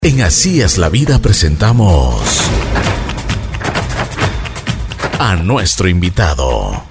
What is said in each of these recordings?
En Así es la Vida presentamos a nuestro invitado.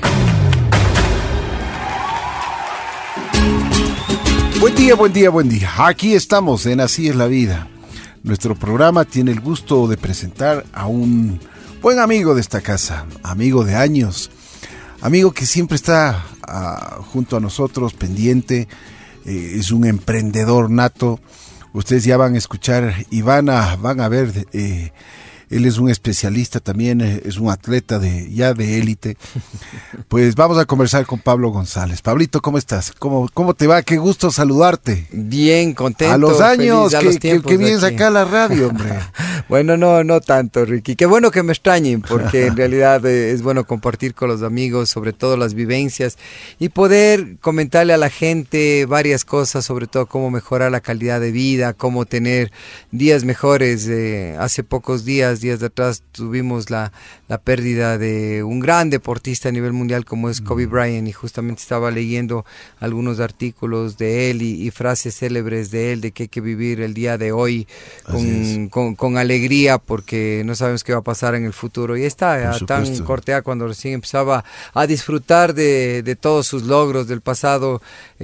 Buen día, buen día, buen día. Aquí estamos en Así es la Vida. Nuestro programa tiene el gusto de presentar a un buen amigo de esta casa, amigo de años, amigo que siempre está junto a nosotros, pendiente, es un emprendedor nato. Ustedes ya van a escuchar y van a ver, él es un especialista también, es un atleta de élite. Pues vamos a conversar con Pablo González. Pablito, ¿cómo estás? ¿Cómo te va? Qué gusto saludarte. Bien, contento. A los años, que vienes aquí acá a la radio, hombre. Bueno, no tanto, Ricky. Qué bueno que me extrañen, porque en realidad es bueno compartir con los amigos, sobre todo las vivencias, y poder comentarle a la gente varias cosas, sobre todo cómo mejorar la calidad de vida, cómo tener días mejores. Hace pocos días de atrás tuvimos la pérdida de un gran deportista a nivel mundial como es Kobe Bryant, y justamente estaba leyendo algunos artículos de él y frases célebres de él, de que hay que vivir el día de hoy con alegría, porque no sabemos qué va a pasar en el futuro. Y está tan cortea cuando recién empezaba a disfrutar de todos sus logros del pasado.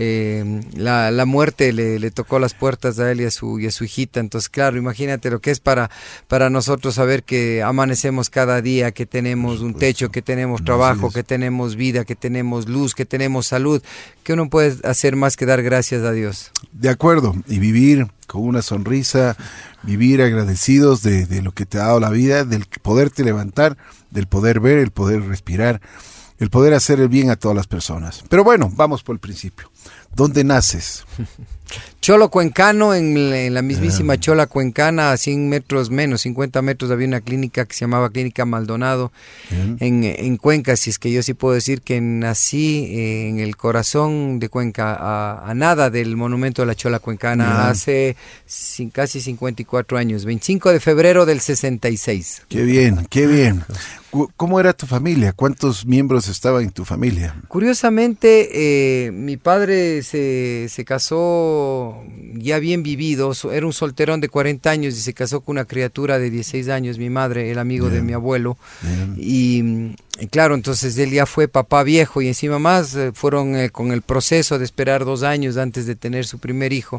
La muerte le tocó las puertas a él y a su hijita. Entonces, claro, imagínate lo que es para nosotros saber que amanecemos cada día, que tenemos un techo, que tenemos trabajo, que tenemos vida, que tenemos luz, que tenemos salud, que uno puede hacer más que dar gracias a Dios. De acuerdo, y vivir con una sonrisa, vivir agradecidos de lo que te ha dado la vida, del poderte levantar, del poder ver, el poder respirar, el poder hacer el bien a todas las personas. Pero bueno, vamos por el principio. ¿Dónde naces? Cholo Cuencano, en la mismísima Chola Cuencana, a 100 metros menos, 50 metros, había una clínica que se llamaba Clínica Maldonado en Cuenca. Si es que yo sí puedo decir que nací en el corazón de Cuenca, a nada del monumento de la Chola Cuencana, hace casi 54 años, 25 de febrero del 66. Qué bien, qué bien. ¿Cómo era tu familia? ¿Cuántos miembros estaban en tu familia? Curiosamente, mi padre se casó ya bien vivido, era un solterón de 40 años y se casó con una criatura de 16 años, mi madre, el amigo de mi abuelo. Y claro, entonces él ya fue papá viejo y encima más fueron con el proceso de esperar 2 años antes de tener su primer hijo.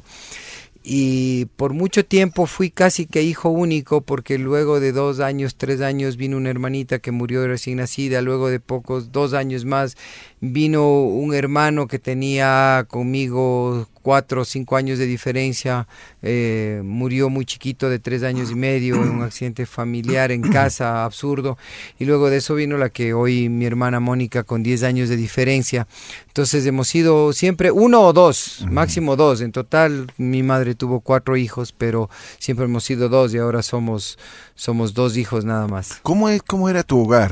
Y por mucho tiempo fui casi que hijo único, porque luego de 2 años, 3 años vino una hermanita que murió recién nacida. Luego de 2 años más vino un hermano que tenía conmigo 4 o 5 años de diferencia, murió muy chiquito de 3 años y medio en un accidente familiar en casa, absurdo. Y luego de eso vino la que hoy mi hermana Mónica, con 10 años de diferencia. Entonces hemos sido siempre 1 o 2, máximo 2. En total mi madre tuvo 4 hijos, pero siempre hemos sido 2 y ahora somos 2 hijos nada más. ¿Cómo era tu hogar?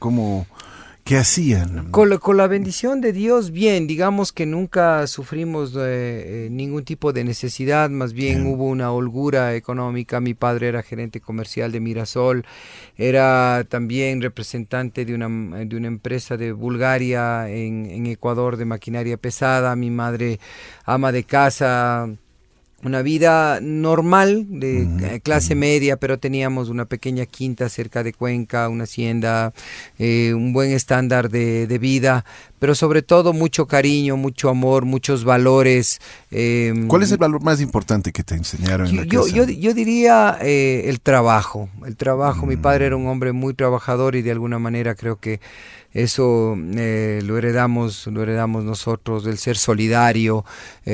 ¿Qué hacían? Con la bendición de Dios, bien, digamos que nunca sufrimos ningún tipo de necesidad, más bien hubo una holgura económica. Mi padre era gerente comercial de Mirasol, era también representante de una empresa de Bulgaria en Ecuador de maquinaria pesada. Mi madre ama de casa. Una vida normal, de clase media, pero teníamos una pequeña quinta cerca de Cuenca, una hacienda, un buen estándar de vida, pero sobre todo mucho cariño, mucho amor, muchos valores. ¿Cuál es el valor más importante que te enseñaron en la casa? Yo diría el trabajo. Mi padre era un hombre muy trabajador y de alguna manera creo que eso lo heredamos nosotros, el ser solidario.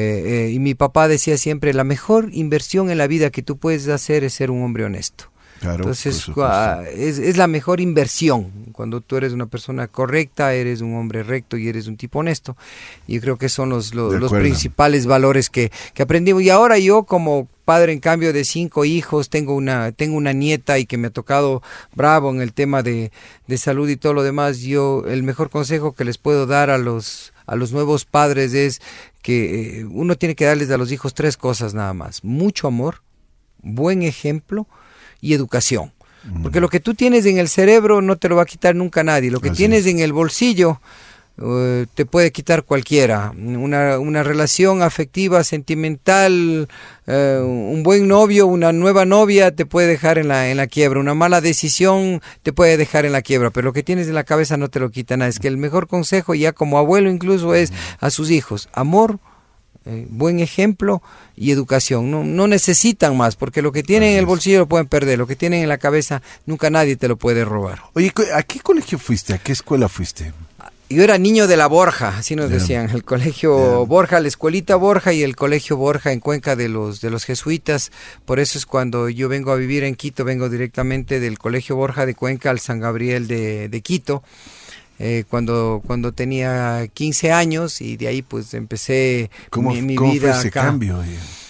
Y mi papá decía siempre, la mejor inversión en la vida que tú puedes hacer es ser un hombre honesto. Claro, entonces es la mejor inversión. Cuando tú eres una persona correcta, eres un hombre recto y eres un tipo honesto. Y yo creo que son los principales valores que aprendimos. Y ahora yo, como padre en cambio de 5 hijos, tengo una nieta y que me ha tocado bravo en el tema de salud y todo lo demás. Yo el mejor consejo que les puedo dar a los nuevos padres es que uno tiene que darles a los hijos 3 cosas nada más: mucho amor, buen ejemplo y educación. Porque lo que tú tienes en el cerebro no te lo va a quitar nunca nadie. Lo que tienes en el bolsillo te puede quitar cualquiera. Una relación afectiva, sentimental, un buen novio, una nueva novia te puede dejar en la quiebra. Una mala decisión te puede dejar en la quiebra, pero lo que tienes en la cabeza no te lo quita nada. Es que el mejor consejo, ya como abuelo incluso, es a sus hijos: amor, buen ejemplo y educación. No necesitan más, porque lo que tienen en el bolsillo lo pueden perder, lo que tienen en la cabeza nunca nadie te lo puede robar. Oye, ¿a qué colegio fuiste? ¿A qué escuela fuiste? Yo era niño de la Borja, así nos decían, el colegio Borja, la escuelita Borja y el colegio Borja en Cuenca de los jesuitas. Por eso es cuando yo vengo a vivir en Quito, vengo directamente del colegio Borja de Cuenca al San Gabriel de Quito. Cuando tenía 15 años, y de ahí pues empecé mi vida. ¿Cómo fue ese cambio?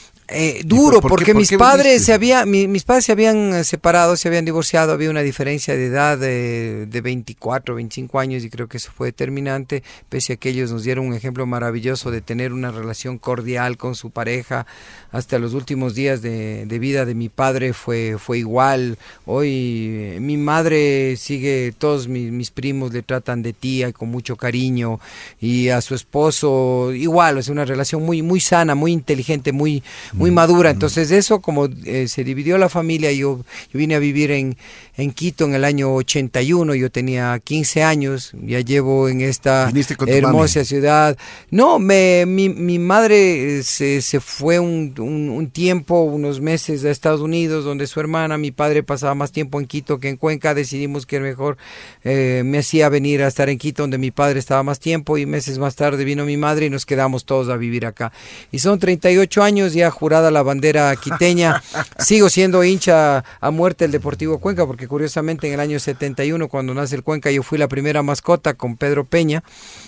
Duro, porque mis padres se habían separado, se habían divorciado, había una diferencia de edad de 24, 25 años, y creo que eso fue determinante, pese a que ellos nos dieron un ejemplo maravilloso de tener una relación cordial con su pareja. Hasta los últimos días de vida de mi padre fue igual. Hoy mi madre sigue, todos mis primos le tratan de tía y con mucho cariño, y a su esposo igual. Es una relación muy, muy sana, muy inteligente, muy madura. Entonces eso, como se dividió la familia, yo vine a vivir en Quito en el año 81, yo tenía 15 años, ya llevo en esta hermosa ciudad. No, mi madre se fue un tiempo, unos meses a Estados Unidos, donde su hermana, mi padre pasaba más tiempo en Quito que en Cuenca. Decidimos que mejor me hacía venir a estar en Quito, donde mi padre estaba más tiempo, y meses más tarde vino mi madre y nos quedamos todos a vivir acá. Y son 38 años ya jurada la bandera quiteña. Sigo siendo hincha a muerte del Deportivo Cuenca, porque curiosamente en el año 71, cuando nace el Cuenca, yo fui la primera mascota con Pedro Peña,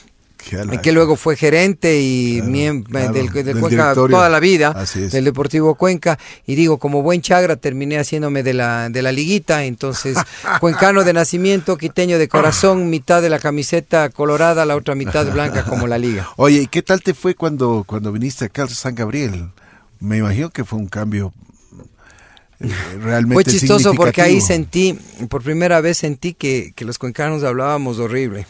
que luego fue gerente y del Cuenca toda la vida, del Deportivo Cuenca. Y digo, como buen chagra, terminé haciéndome de la liguita. Entonces, cuencano de nacimiento, quiteño de corazón, mitad de la camiseta colorada, la otra mitad blanca como la liga. Oye, ¿y qué tal te fue cuando viniste acá al San Gabriel? Me imagino que fue un cambio realmente fue chistoso, porque ahí por primera vez sentí que los cuencanos hablábamos horrible.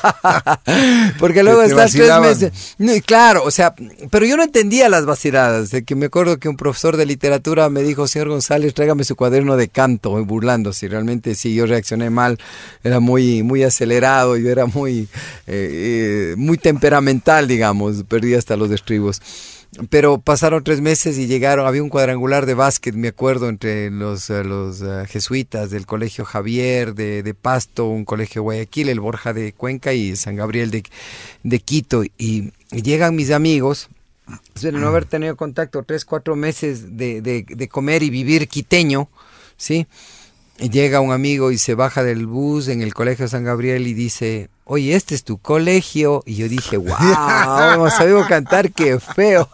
Porque luego estás 3 meses. No, claro, o sea, pero yo no entendía las vaciladas. De que me acuerdo que un profesor de literatura me dijo: señor González, tráigame su cuaderno de canto, burlándose. Realmente sí, yo reaccioné mal, era muy, muy acelerado, yo era muy temperamental, digamos, perdí hasta los estribos. Pero pasaron 3 meses y había un cuadrangular de básquet, me acuerdo, entre los jesuitas del colegio Javier de Pasto, un colegio Guayaquil, el Borja de Cuenca y San Gabriel de Quito. Y llegan mis amigos, de no haber tenido contacto 3-4 meses de comer y vivir quiteño, ¿sí? Y llega un amigo y se baja del bus en el colegio San Gabriel y dice: oye, ¿este es tu colegio? Y yo dije: wow, sabemos cantar, qué feo.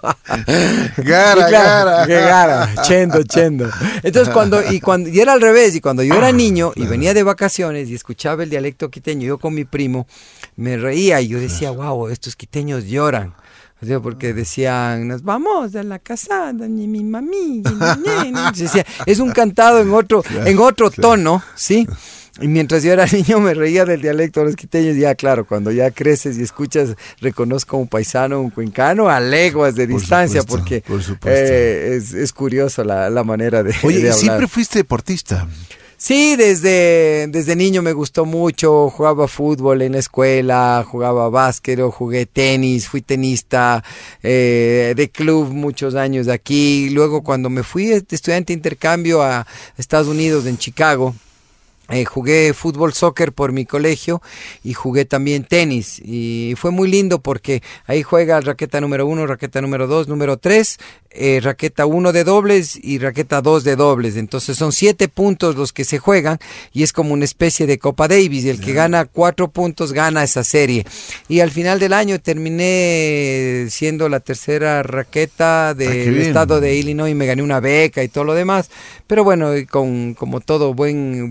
Gara, chendo. Entonces y era al revés, y cuando yo era niño y venía de vacaciones y escuchaba el dialecto quiteño, yo con mi primo me reía y yo decía: wow, estos quiteños lloran. Porque decían: nos vamos a la casa de mi mami. Decía, es un cantado en otro tono, ¿sí? Y mientras yo era niño me reía del dialecto de los quiteños. Ya claro, cuando ya creces y escuchas, reconozco a un paisano, un cuencano a leguas de distancia, porque es curioso la manera de Oye, de hablar. ¿Siempre fuiste deportista? Sí, desde niño me gustó mucho. Jugaba fútbol en la escuela, jugaba básquet, jugué tenis, fui tenista de club muchos años aquí. Luego, cuando me fui de estudiante de intercambio a Estados Unidos, en Chicago, jugué fútbol, soccer por mi colegio, y jugué también tenis, y fue muy lindo porque ahí juega raqueta número 1, raqueta número 2, número 3, raqueta 1 de dobles y raqueta 2 de dobles. Entonces son 7 puntos los que se juegan, y es como una especie de Copa Davis, y el que gana 4 puntos gana esa serie. Y al final del año terminé siendo la tercera raqueta del estado de Illinois, y me gané una beca y todo lo demás. Pero bueno, como todo buen ecuatoriano,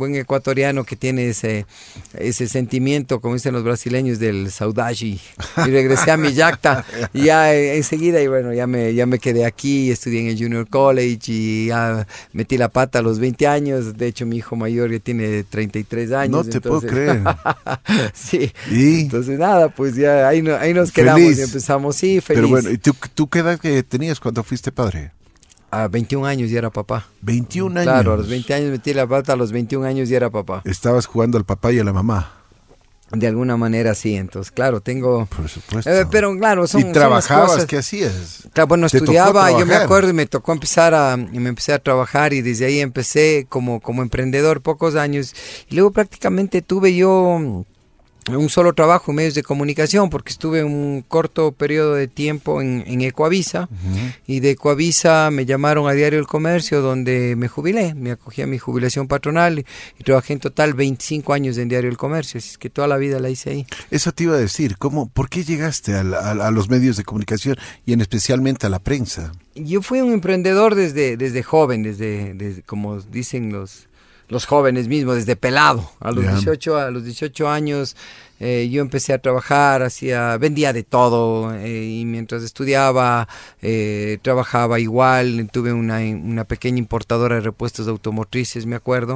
ecuatoriano que tiene ese sentimiento, como dicen los brasileños, del saudade. Y regresé a mi yacta y ya enseguida, y bueno, ya me quedé aquí, estudié en el Junior College y ya metí la pata a los 20 años. De hecho, mi hijo mayor ya tiene 33 años. No te puedo creer. Sí. ¿Y? Entonces nada, pues ya ahí nos quedamos y empezamos, sí, feliz. Pero bueno, ¿y tú qué edad que tenías cuando fuiste padre? A 21 años ya era papá. 21 años. Claro, a los 20 años metí la pata, a los 21 años ya era papá. Estabas jugando al papá y a la mamá. De alguna manera sí, entonces claro, tengo... Por supuesto. Pero claro, ¿Y trabajabas? Son cosas... ¿Qué hacías? Claro, bueno, ¿Te estudiaba, tocó yo me trabajar? acuerdo y me tocó me empecé a trabajar y desde ahí empecé como emprendedor pocos años. Y luego prácticamente tuve yo un solo trabajo en medios de comunicación porque estuve un corto periodo de tiempo en Ecuavisa y de Ecuavisa me llamaron a Diario El Comercio donde me jubilé, me acogí a mi jubilación patronal y trabajé en total 25 años en Diario El Comercio, así es que toda la vida la hice ahí. Eso te iba a decir, ¿por qué llegaste a los medios de comunicación y especialmente a la prensa? Yo fui un emprendedor desde joven, desde como dicen los jóvenes mismos, desde pelado. A los 18 años yo empecé a trabajar, vendía de todo y mientras estudiaba trabajaba igual. Tuve una pequeña importadora de repuestos automotrices, me acuerdo,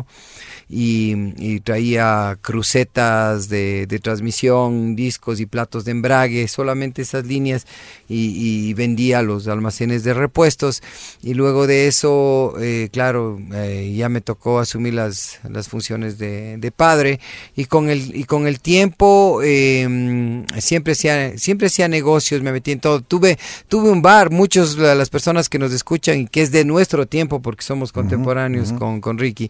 y traía crucetas de transmisión, discos y platos de embrague, solamente esas líneas, y vendía a los almacenes de repuestos. Y luego de eso, ya me tocó asumir las funciones de padre, y con el tiempo siempre hacía negocios, me metí en todo. Tuve un bar, muchos de las personas que nos escuchan y que es de nuestro tiempo porque somos contemporáneos con Ricky,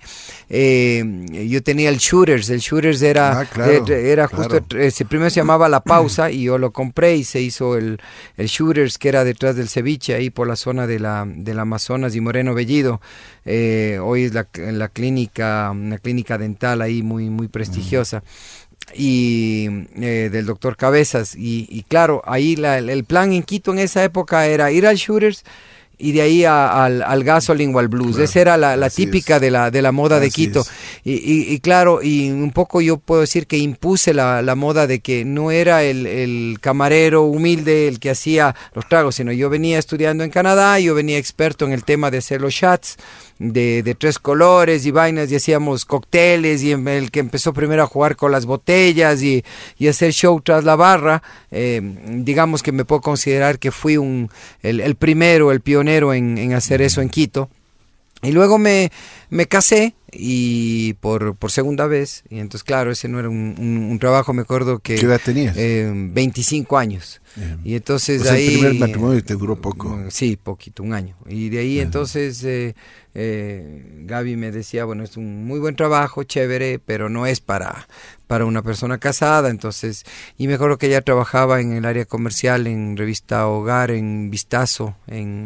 yo tenía el Shooters era justo, primero se llamaba La Pausa y yo lo compré y se hizo el Shooters, que era detrás del ceviche, ahí por la zona del Amazonas y Moreno Bellido. Hoy es una clínica dental ahí muy prestigiosa. Y del doctor Cabezas y claro, ahí el plan en Quito en esa época era ir al Shooters y de ahí al Gasoline o al Blues. Claro, esa era la típica de la moda de Quito. Y claro, y un poco yo puedo decir que impuse la moda de que no era el camarero humilde el que hacía los tragos, sino yo venía estudiando en Canadá, yo venía experto en el tema de hacer los shots de 3 colores y vainas, y hacíamos cócteles, y el que empezó primero a jugar con las botellas y hacer show tras la barra. Digamos que me puedo considerar que fui el primero, el pionero en hacer eso en Quito. Y luego me casé y por segunda vez, y entonces claro, ese no era un trabajo, me acuerdo que... ¿Qué edad tenías? 25 años. Bien. Y entonces ahí... el primer matrimonio te duró poco. Sí, poquito, un año. Y de ahí entonces Gaby me decía, bueno, es un muy buen trabajo, chévere, pero no es para una persona casada. Entonces, y me acuerdo que ella trabajaba en el área comercial, en Revista Hogar, en Vistazo,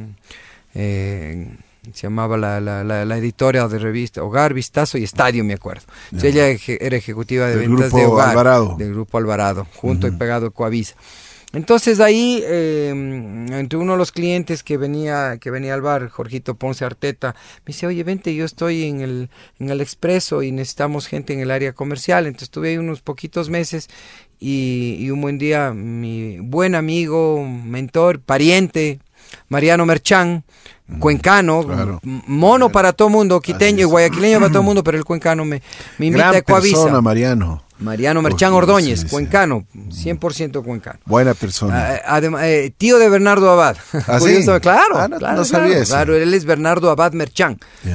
se llamaba la editorial de revista Hogar, Vistazo y Estadio, me acuerdo. Entonces ella era ejecutiva de ventas de Hogar, Alvarado. Del Grupo Alvarado, junto y pegado a Coavisa. Entonces ahí, entre uno de los clientes que venía al bar, Jorgito Ponce Arteta, me dice, oye, vente, yo estoy en el Expreso y necesitamos gente en el área comercial. Entonces estuve ahí unos poquitos meses y un buen día mi buen amigo, mentor, pariente, Mariano Merchán, cuencano, claro, mono para todo mundo, quiteño y guayaquileño para todo mundo, pero el cuencano me invita a Ecuavisa. Gran persona, Mariano Merchán Ordóñez, cuencano, 100% cuencano. Buena persona. Además, tío de Bernardo Abad. ¿Ah, sí? Claro, no sabía eso. Claro, él es Bernardo Abad Merchán.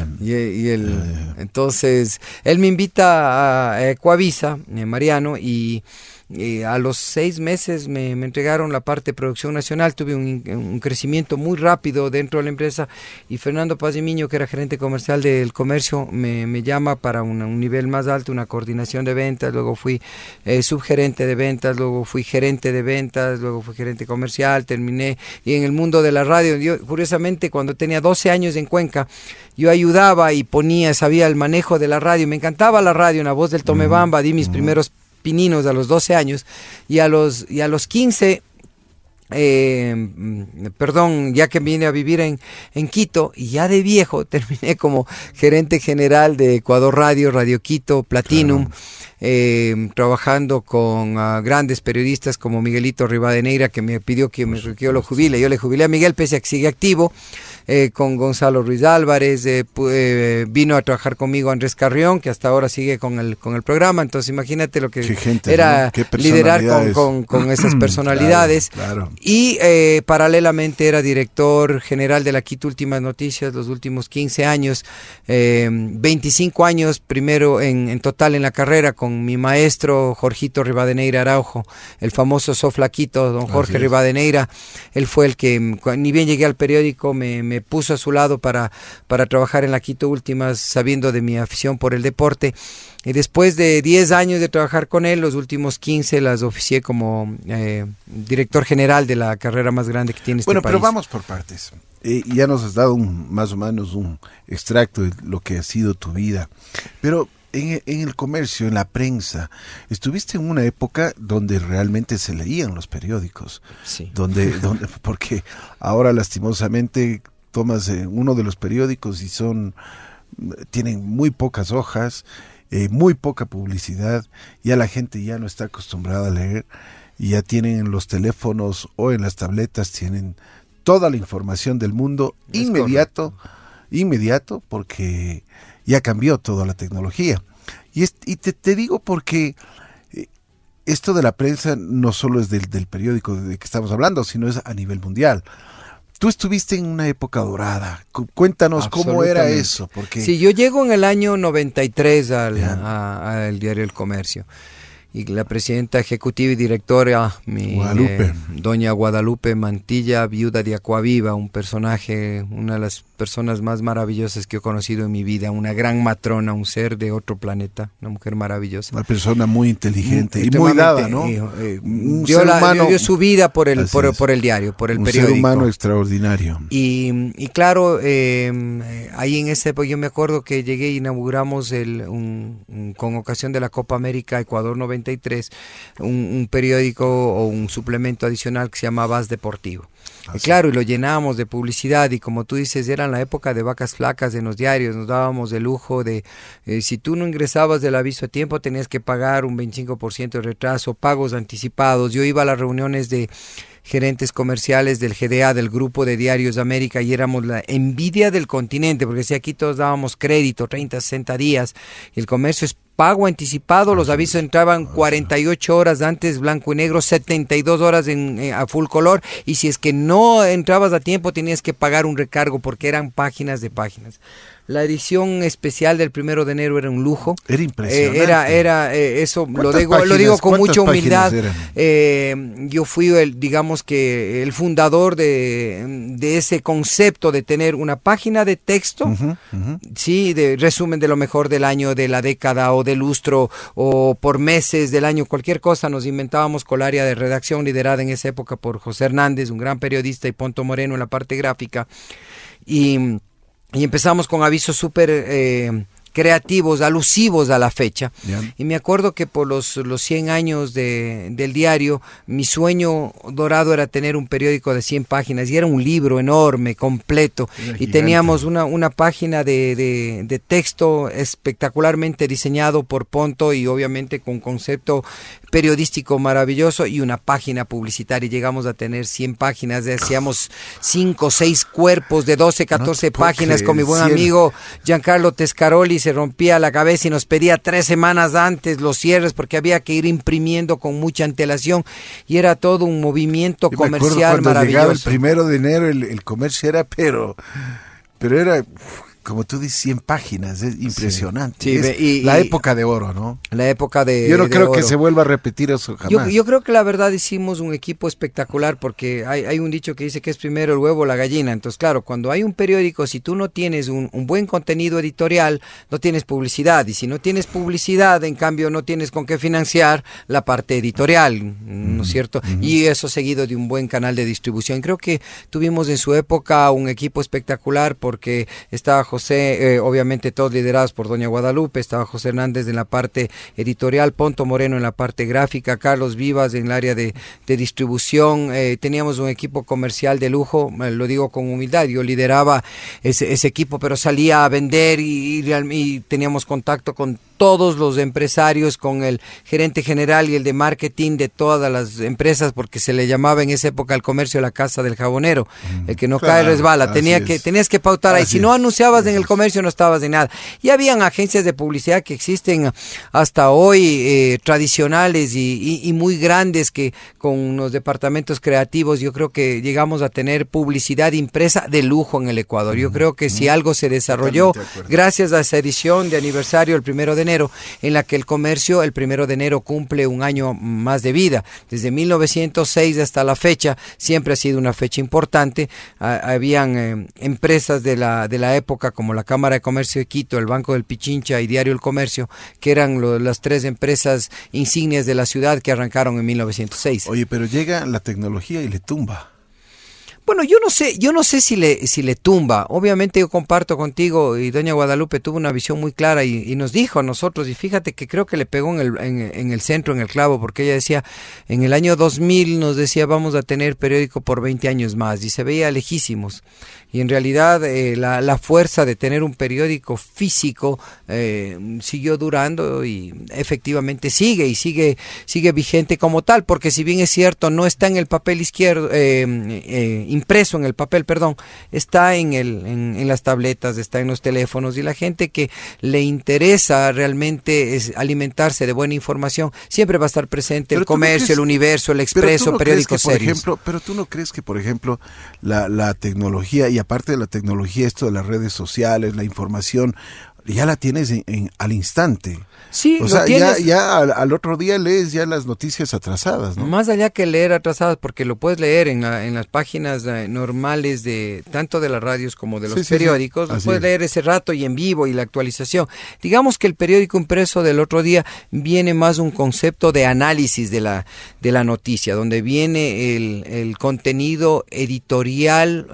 Entonces, él me invita a Ecuavisa, Mariano, y a los 6 meses me entregaron la parte de producción nacional. Tuve un crecimiento muy rápido dentro de la empresa, y Fernando Paz y Miño, que era gerente comercial del comercio, me llama para un nivel más alto, una coordinación de ventas. Luego fui subgerente de ventas, luego fui gerente de ventas, luego fui gerente comercial, terminé. Y en el mundo de la radio, yo curiosamente cuando tenía 12 años en Cuenca, yo ayudaba y sabía el manejo de la radio, me encantaba la radio, en la voz del Tomebamba, di mis primeros pininos a los 12 años, y a los 15 ya que vine a vivir en Quito, y ya de viejo terminé como gerente general de Ecuador Radio, Radio Quito, Platinum, trabajando con grandes periodistas como Miguelito Rivadeneira, que me pidió que yo lo jubile. Yo le jubilé a Miguel, pese a que sigue activo. Con Gonzalo Ruiz Álvarez, vino a trabajar conmigo Andrés Carrión, que hasta ahora sigue con el programa. Entonces imagínate lo que era, ¿no? Liderar con esas personalidades. Claro. Y paralelamente era director general de la Quito Últimas Noticias los últimos 15 años, 25 años primero en total en la carrera, con mi maestro Jorgito Rivadeneira Araujo, el famoso Soflaquito, don Jorge Rivadeneira. Él fue el que, ni bien llegué al periódico, me puso a su lado para trabajar en la Quito Últimas, sabiendo de mi afición por el deporte. Y después de 10 años de trabajar con él, los últimos 15 las oficié como director general de la carrera más grande que tiene este país. Bueno, pero vamos por partes. Ya nos has dado más o menos un extracto de lo que ha sido tu vida. Pero en el comercio, en la prensa, estuviste en una época donde realmente se leían los periódicos. Sí. Porque ahora lastimosamente tomas uno de los periódicos y tienen muy pocas hojas, muy poca publicidad, ya la gente ya no está acostumbrada a leer, y ya tienen en los teléfonos o en las tabletas, tienen toda la información del mundo inmediato, porque ya cambió toda la tecnología. Y te digo porque esto de la prensa no solo es del periódico de que estamos hablando, sino es a nivel mundial. Tú estuviste en una época dorada. Cuéntanos cómo era eso. Porque... Sí, yo llego en el año 93 al diario El Comercio. Y la presidenta ejecutiva y directora, doña Guadalupe Mantilla, viuda de Acuaviva, un personaje, una de las personas más maravillosas que he conocido en mi vida, una gran matrona, un ser de otro planeta, una mujer maravillosa. Una persona muy inteligente y muy dada, ¿no? Dio su vida por el diario, por el periódico. Un ser humano extraordinario. Y claro, ahí en ese época yo me acuerdo que llegué y inauguramos con ocasión de la Copa América Ecuador 93, un periódico o un suplemento adicional que se llama Vaz Deportivo. Y claro, y lo llenábamos de publicidad, y como tú dices, era en la época de vacas flacas en los diarios. Nos dábamos el lujo de, si tú no ingresabas del aviso a tiempo, tenías que pagar un 25% de retraso, pagos anticipados. Yo iba a las reuniones de gerentes comerciales del GDA, del Grupo de Diarios de América, y éramos la envidia del continente, porque si aquí todos dábamos crédito, 30, 60 días, y el comercio es pago anticipado, los avisos entraban 48 horas antes, blanco y negro, 72 horas a full color, y si es que no entrabas a tiempo tenías que pagar un recargo, porque eran páginas de páginas. La edición especial del 1 de enero era un lujo. Era impresionante. Eso lo digo con mucha humildad. Yo fui el fundador de ese concepto de tener una página de texto, sí, de resumen de lo mejor del año, de la década o del lustro, o por meses del año, cualquier cosa nos inventábamos con el área de redacción liderada en esa época por José Hernández, un gran periodista, y Ponto Moreno en la parte gráfica. Y empezamos con avisos súper creativos, alusivos a la fecha. Yeah. Y me acuerdo que por los 100 años del diario, mi sueño dorado era tener un periódico de 100 páginas, y era un libro enorme, completo. Y teníamos una página de texto espectacularmente diseñado por Ponto, y obviamente con concepto periodístico maravilloso, y una página publicitaria. Llegamos a tener 100 páginas, hacíamos 5 o 6 cuerpos de 12, 14 páginas con mi buen amigo Giancarlo Tescaroli. Se rompía la cabeza y nos pedía 3 semanas antes los cierres, porque había que ir imprimiendo con mucha antelación, y era todo un movimiento comercial maravilloso. Llegaba el 1 de enero el comercio era, pero era, como tú dices, 100 páginas, es impresionante. Sí, la época de oro, ¿no? La época de Yo no creo oro. Que se vuelva a repetir eso jamás. Yo creo que la verdad hicimos un equipo espectacular, porque hay un dicho que dice que es primero el huevo o la gallina. Entonces, claro, cuando hay un periódico, si tú no tienes un buen contenido editorial, no tienes publicidad. Y si no tienes publicidad, en cambio, no tienes con qué financiar la parte editorial, ¿no es cierto? Y eso seguido de un buen canal de distribución. Creo que tuvimos en su época un equipo espectacular, porque estaba José, obviamente todos liderados por doña Guadalupe, estaba José Hernández en la parte editorial, Ponto Moreno en la parte gráfica, Carlos Vivas en el área de distribución, teníamos un equipo comercial de lujo, lo digo con humildad, yo lideraba ese equipo, pero salía a vender y teníamos contacto con todos los empresarios, con el gerente general y el de marketing de todas las empresas, porque se le llamaba en esa época al comercio la casa del jabonero, el que no cae resbala, tenías que pautar ahí, si no anunciabas en el comercio no estabas de nada. Y habían agencias de publicidad que existen hasta hoy, tradicionales y muy grandes, que con los departamentos creativos yo creo que llegamos a tener publicidad impresa de lujo en el Ecuador. Yo creo que si algo se desarrolló gracias a esa edición de aniversario el 1 de enero, en la que el comercio el 1 de enero cumple un año más de vida. Desde 1906 hasta la fecha siempre ha sido una fecha importante. Habían empresas de la época como la Cámara de Comercio de Quito, el Banco del Pichincha y Diario El Comercio, que eran las tres empresas insignias de la ciudad que arrancaron en 1906. Oye, pero llega la tecnología y le tumba. Bueno, yo no sé si le tumba. Obviamente yo comparto contigo, y doña Guadalupe tuvo una visión muy clara y nos dijo a nosotros, y fíjate que creo que le pegó en el centro, en el clavo, porque ella decía, en el año 2000 nos decía, vamos a tener periódico por 20 años más, y se veía lejísimos. Y en realidad la fuerza de tener un periódico físico siguió durando y efectivamente sigue vigente como tal, porque si bien es cierto, no está en el papel izquierdo, impreso en el papel, perdón, está en las tabletas, está en los teléfonos, y la gente que le interesa realmente es alimentarse de buena información, siempre va a estar presente el Comercio, el Universo, el Expreso, periódicos serios. Pero tú no crees que, por ejemplo, la tecnología, y aparte de la tecnología, esto de las redes sociales, la información, ya la tienes al instante. Sí, o sea, ya al otro día lees ya las noticias atrasadas, ¿no? Más allá que leer atrasadas, porque lo puedes leer en las páginas normales de tanto de las radios como de los periódicos, lo puedes leer ese rato y en vivo y la actualización. Digamos que el periódico impreso del otro día viene más un concepto de análisis de la noticia, donde viene el contenido editorial,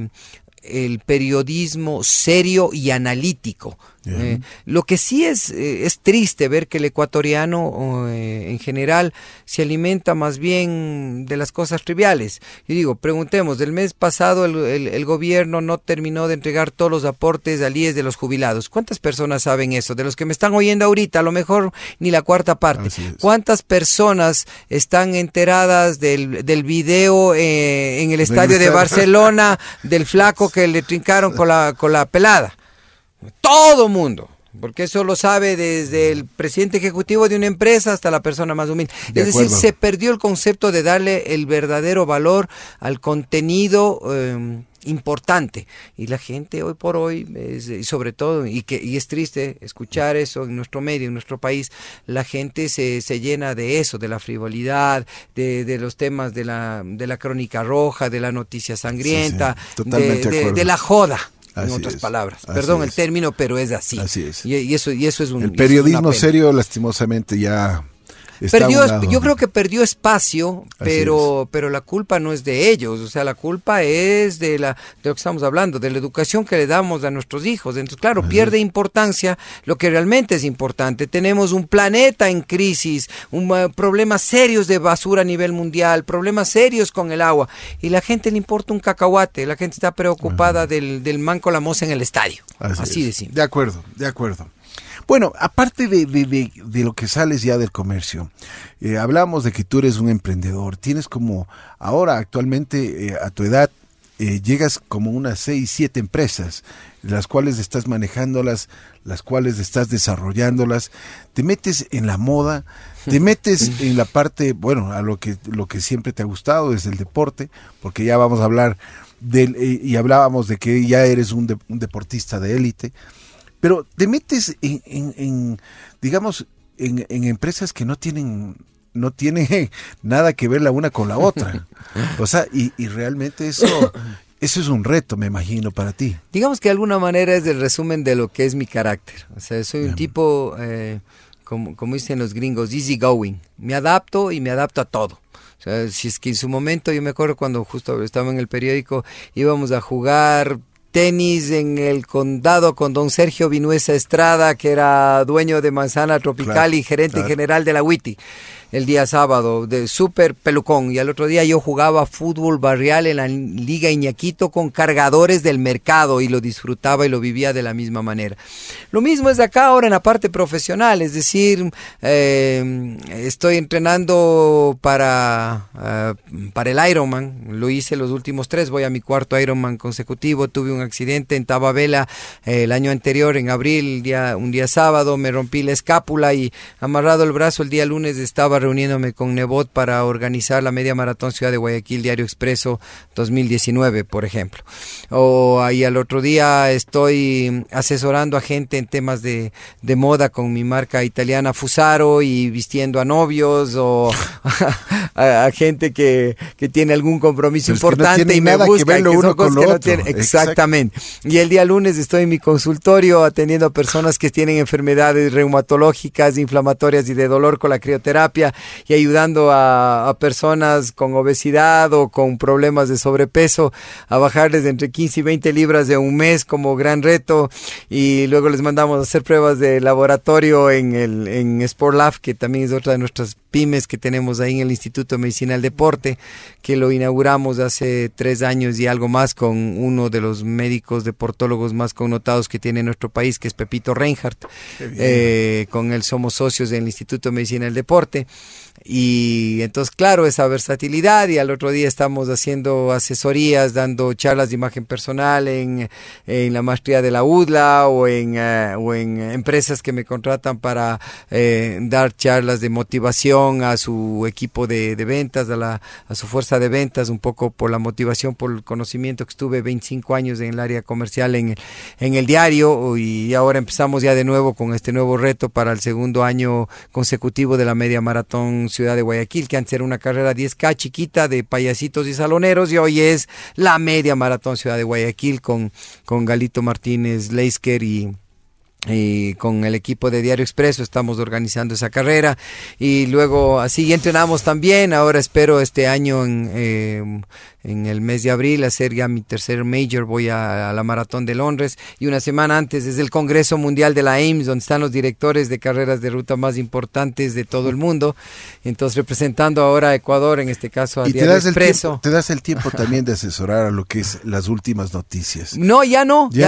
el periodismo serio y analítico. Lo que sí es triste ver que el ecuatoriano en general se alimenta más bien de las cosas triviales. Yo digo, preguntemos, del mes pasado el gobierno no terminó de entregar todos los aportes al IES de los jubilados. ¿Cuántas personas saben eso? De los que me están oyendo ahorita, a lo mejor ni la cuarta parte. ¿Cuántas personas están enteradas del video en el estadio de Barcelona del flaco que le trincaron con la pelada? Todo mundo, porque eso lo sabe desde el presidente ejecutivo de una empresa hasta la persona más humilde. Es decir, se perdió el concepto de darle el verdadero valor al contenido importante, y la gente hoy por hoy y sobre todo, y es triste escuchar eso en nuestro medio, en nuestro país, la gente se llena de eso, de la frivolidad, de los temas de la crónica roja, de la noticia sangrienta, de la joda. En otras palabras, perdón el término, pero es así. Así es. Y eso es un... El periodismo serio, lastimosamente, ya... Yo creo que perdió espacio, pero la culpa no es de ellos, o sea, la culpa es de lo que estamos hablando, de la educación que le damos a nuestros hijos. Entonces, claro, pierde importancia lo que realmente es importante. Tenemos un planeta en crisis, problemas serios de basura a nivel mundial, problemas serios con el agua, y la gente le importa un cacahuate, la gente está preocupada del manco la moza en el estadio. Así de simple. De acuerdo. Bueno, aparte de lo que sales ya del comercio, hablamos de que tú eres un emprendedor, tienes como ahora actualmente a tu edad llegas como unas 6, 7 empresas, las cuales estás manejándolas, las cuales estás desarrollándolas, te metes en la moda, te metes en la parte, bueno, a lo que siempre te ha gustado es el deporte, porque ya vamos a hablar y hablábamos de que ya eres un deportista de élite. Pero te metes en empresas que no tienen nada que ver la una con la otra. O sea, y realmente eso es un reto, me imagino, para ti. Digamos que de alguna manera es el resumen de lo que es mi carácter. O sea, soy un tipo, como dicen los gringos, easy going. Me adapto a todo. O sea, si es que en su momento, yo me acuerdo cuando justo estaba en el periódico, íbamos a jugar tenis en el condado con don Sergio Vinuesa Estrada, que era dueño de Manzana Tropical y gerente general de la WITI. El día sábado, de súper pelucón. Y al otro día yo jugaba fútbol barrial en la Liga Iñaquito con cargadores del mercado y lo disfrutaba y lo vivía de la misma manera. Lo mismo es acá ahora en la parte profesional, es decir, estoy entrenando para el Ironman. Lo hice los últimos 3, voy a mi 4º Ironman consecutivo. Tuve un accidente en Tababela el año anterior, en abril, un día sábado, me rompí la escápula y amarrado el brazo el día lunes estaba reuniéndome con Nebot para organizar la media maratón Ciudad de Guayaquil Diario Expreso 2019, por ejemplo. O ahí al otro día estoy asesorando a gente en temas de moda con mi marca italiana Fusaro y vistiendo a novios o a gente que tiene algún compromiso importante no y me busca. Que son cosas que no tiene. Exactamente. Y el día lunes estoy en mi consultorio atendiendo a personas que tienen enfermedades reumatológicas, inflamatorias y de dolor con la crioterapia y ayudando a personas con obesidad o con problemas de sobrepeso a bajarles de entre 15 y 20 libras de un mes como gran reto, y luego les mandamos a hacer pruebas de laboratorio en Sport Lab, que también es otra de nuestras pymes que tenemos ahí en el Instituto de Medicina del Deporte, que lo inauguramos hace 3 años y algo más con uno de los médicos deportólogos más connotados que tiene nuestro país, que es Pepito Reinhardt. Con él somos socios del Instituto de Medicina del Deporte. Y entonces, claro, esa versatilidad, y al otro día estamos haciendo asesorías, dando charlas de imagen personal en la maestría de la UDLA o en empresas que me contratan para dar charlas de motivación a su equipo de ventas, a su fuerza de ventas, un poco por la motivación, por el conocimiento que estuve 25 años en el área comercial en el diario, y ahora empezamos ya de nuevo con este nuevo reto para el 2º año consecutivo de la media maratón Ciudad de Guayaquil, que antes era una carrera 10K chiquita de payasitos y saloneros, y hoy es la media maratón Ciudad de Guayaquil con Galito Martínez Leisker y con el equipo de Diario Expreso estamos organizando esa carrera, y luego así entrenamos también. Ahora espero este año en el mes de abril hacer ya mi 3er major. Voy a la maratón de Londres, y una semana antes es el Congreso Mundial de la AIMS, donde están los directores de carreras de ruta más importantes de todo el mundo, entonces representando ahora a Ecuador, en este caso a Diario Expreso. Te das el tiempo también de asesorar a lo que es las últimas noticias. No, ya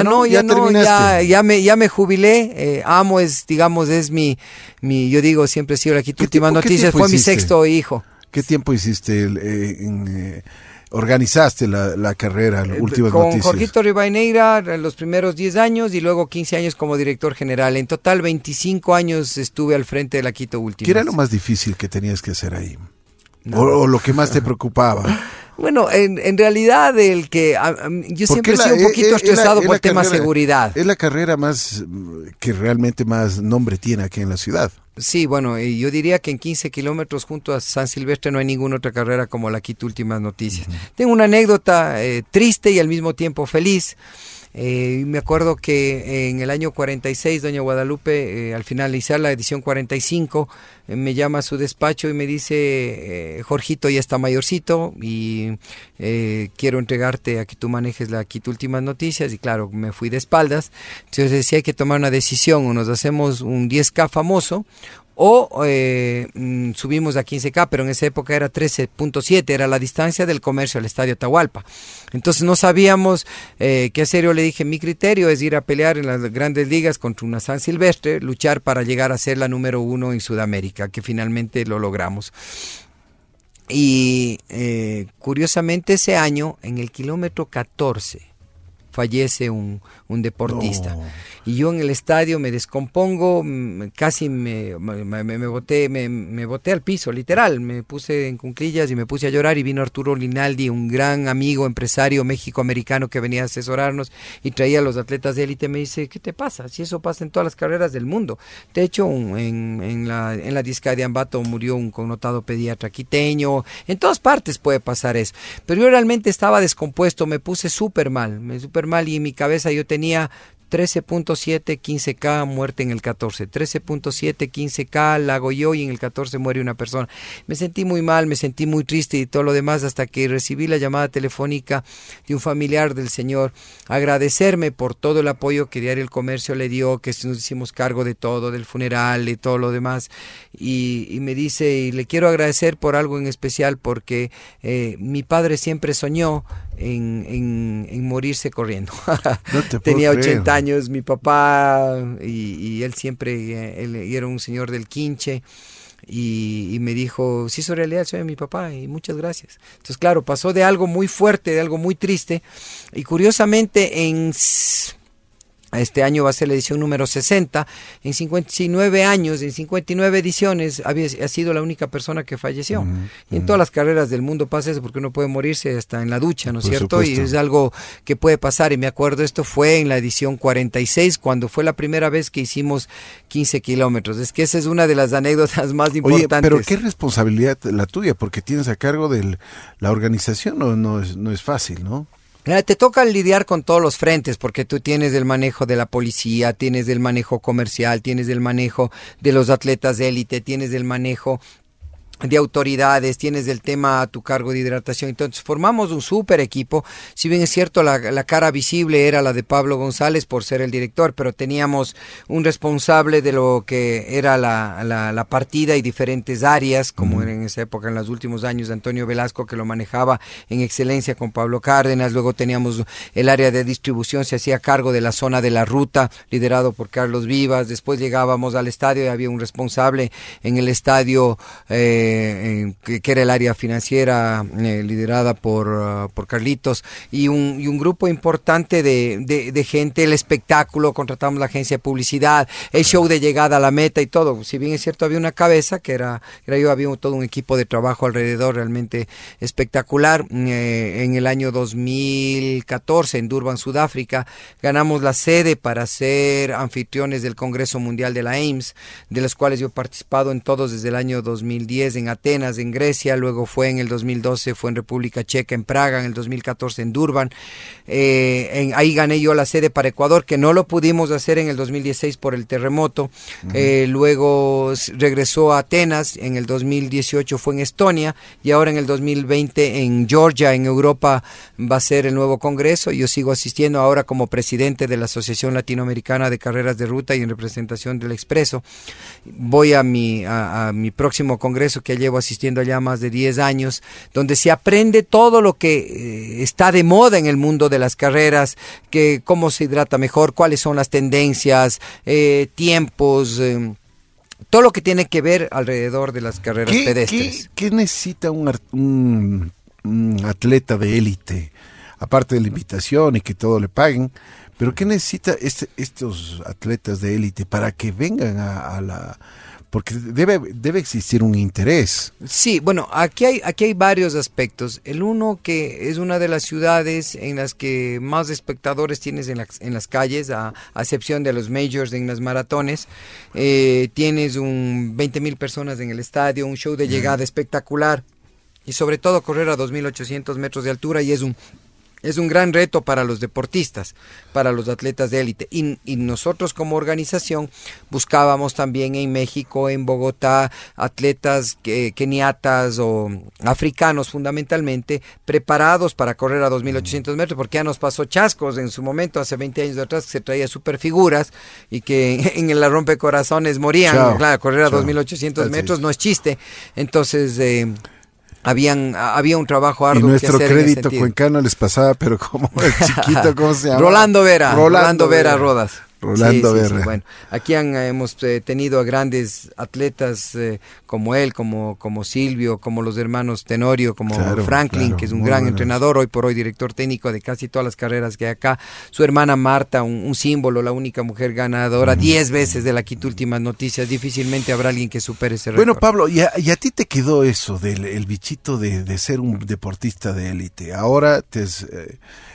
me jubilé. Amo es mi, yo digo, siempre he sido la Últimas Noticias, fue mi 6º hijo. ¿Qué tiempo hiciste organizaste la carrera, Últimas Noticias? Con Jorgito Rivadeneira los primeros 10 años y luego 15 años como director general. En total 25 años estuve al frente de la Quito Últimas. ¿Qué era lo más difícil que tenías que hacer ahí? No. ¿O lo que más te preocupaba? Bueno, en realidad yo siempre he sido un poquito estresado por el tema seguridad. Es la carrera que realmente más nombre tiene aquí en la ciudad. Sí, bueno, yo diría que en 15 kilómetros junto a San Silvestre no hay ninguna otra carrera como la Quito Últimas Noticias. Tengo una anécdota triste y al mismo tiempo feliz. Me acuerdo que en el año 46, doña Guadalupe, al finalizar la edición 45, me llama a su despacho y me dice, Jorgito ya está mayorcito y quiero entregarte a que tú manejes la Quito Últimas Noticias. Y claro, me fui de espaldas. Entonces decía, hay que tomar una decisión: o nos hacemos un 10K famoso, o subimos a 15K, pero en esa época era 13.7, era la distancia del Comercio al Estadio Atahualpa. Entonces no sabíamos qué hacer. Yo le dije, mi criterio es ir a pelear en las grandes ligas contra una San Silvestre, luchar para llegar a ser la número 1 en Sudamérica, que finalmente lo logramos. Y curiosamente ese año, en el kilómetro 14, fallece un deportista. No. Y yo en el estadio me descompongo, casi me boté al piso, literal. Me puse en cuclillas y me puse a llorar, y vino Arturo Linaldi, un gran amigo, empresario méxico-americano que venía a asesorarnos y traía a los atletas de élite. Me dice, ¿qué te pasa? Si eso pasa en todas las carreras del mundo. De hecho, en la disca de Ambato murió un connotado pediatra quiteño. En todas partes puede pasar eso. Pero yo realmente estaba descompuesto, me puse súper mal, y en mi cabeza yo tenía 13.7, 15K, muerte en el 14. 13.7, 15K, Lago Yo, y en el 14 muere una persona. Me sentí muy mal, me sentí muy triste y todo lo demás, hasta que recibí la llamada telefónica de un familiar del señor, agradecerme por todo el apoyo que Diario El Comercio le dio, que nos hicimos cargo de todo, del funeral y todo lo demás. Y me dice, y le quiero agradecer por algo en especial, porque mi padre siempre soñó en morirse corriendo. No te Tenía puedo 80 creer. años mi papá, y él siempre, él era un señor del Quinche, y me dijo, sí, hizo realidad el sueño de mi papá, y muchas gracias. Entonces, claro, pasó de algo muy fuerte, de algo muy triste, y curiosamente este año va a ser la edición número 60, en 59 años, en 59 ediciones, ha sido la única persona que falleció. Y en todas las carreras del mundo pasa eso, porque uno puede morirse hasta en la ducha, ¿no es cierto? Supuesto. Y es algo que puede pasar, y me acuerdo, esto fue en la edición 46, cuando fue la primera vez que hicimos 15 kilómetros. Es que esa es una de las anécdotas más importantes. Oye, pero qué responsabilidad la tuya, porque tienes a cargo de la organización, no es fácil, ¿no? Te toca lidiar con todos los frentes, porque tú tienes el manejo de la policía, tienes el manejo comercial, tienes el manejo de los atletas de élite, tienes el manejo de autoridades, tienes el tema a tu cargo de hidratación. Entonces formamos un súper equipo. Si bien es cierto, la cara visible era la de Pablo González por ser el director, pero teníamos un responsable de lo que era la partida y diferentes áreas, como era en esa época, en los últimos años, Antonio Velasco, que lo manejaba en excelencia con Pablo Cárdenas. Luego teníamos el área de distribución, se hacía cargo de la zona de la ruta, liderado por Carlos Vivas. Después llegábamos al estadio y había un responsable en el estadio, que era el área financiera, liderada por Carlitos, y un grupo importante de gente. El espectáculo, contratamos la agencia de publicidad, el show de llegada a la meta y todo. Si bien es cierto, había una cabeza que era yo, había todo un equipo de trabajo alrededor realmente espectacular. En el año 2014, en Durban, Sudáfrica, ganamos la sede para ser anfitriones del Congreso Mundial de la AIMS, de los cuales yo he participado en todos desde el año 2010, en Atenas, en Grecia. Luego fue en el 2012, fue en República Checa, en Praga, en el 2014 en Durban. Ahí gané yo la sede para Ecuador, que no lo pudimos hacer en el 2016 por el terremoto. Luego regresó a Atenas, en el 2018 fue en Estonia, y ahora en el 2020 en Georgia, en Europa, va a ser el nuevo congreso. Yo sigo asistiendo ahora como presidente de la Asociación Latinoamericana de Carreras de Ruta y en representación del Expreso. Voy a mi próximo congreso, que llevo asistiendo allá más de 10 años, donde se aprende todo lo que está de moda en el mundo de las carreras, que cómo se hidrata mejor, cuáles son las tendencias, tiempos, todo lo que tiene que ver alrededor de las carreras pedestres. ¿Qué necesita un atleta de élite? Aparte de la invitación y que todo le paguen, pero ¿qué necesita estos atletas de élite para que vengan a la...? Porque debe existir un interés. Sí, bueno, aquí hay varios aspectos. El uno, que es una de las ciudades en las que más espectadores tienes en las calles, a excepción de los majors en las maratones. Tienes 20,000 personas en el estadio, un show de llegada espectacular, y sobre todo correr a 2.800 metros de altura, y es un gran reto para los deportistas, para los atletas de élite. Y nosotros como organización buscábamos también en México, en Bogotá, atletas keniatas o africanos fundamentalmente, preparados para correr a 2.800 metros, porque ya nos pasó chascos en su momento, hace 20 años atrás, que se traía superfiguras y que en la rompecorazones morían. Chao, claro, correr a chao. 2.800 metros no es chiste. Entonces... había un trabajo arduo y nuestro que hacer crédito cuencano les pasaba, pero como el chiquito, ¿cómo se llama? Rolando Vera Rodas. Rolando Sí. Vera. Bueno, aquí hemos tenido a grandes atletas como él, como Silvio, como los hermanos Tenorio, como Franklin, que es un gran entrenador, hoy por hoy director técnico de casi todas las carreras que hay acá. Su hermana Marta, un símbolo, la única mujer ganadora 10 veces de la Quito Últimas Noticias. Difícilmente habrá alguien que supere ese récord. Bueno, Pablo, y a ti te quedó eso del el bichito de ser un deportista de élite. Ahora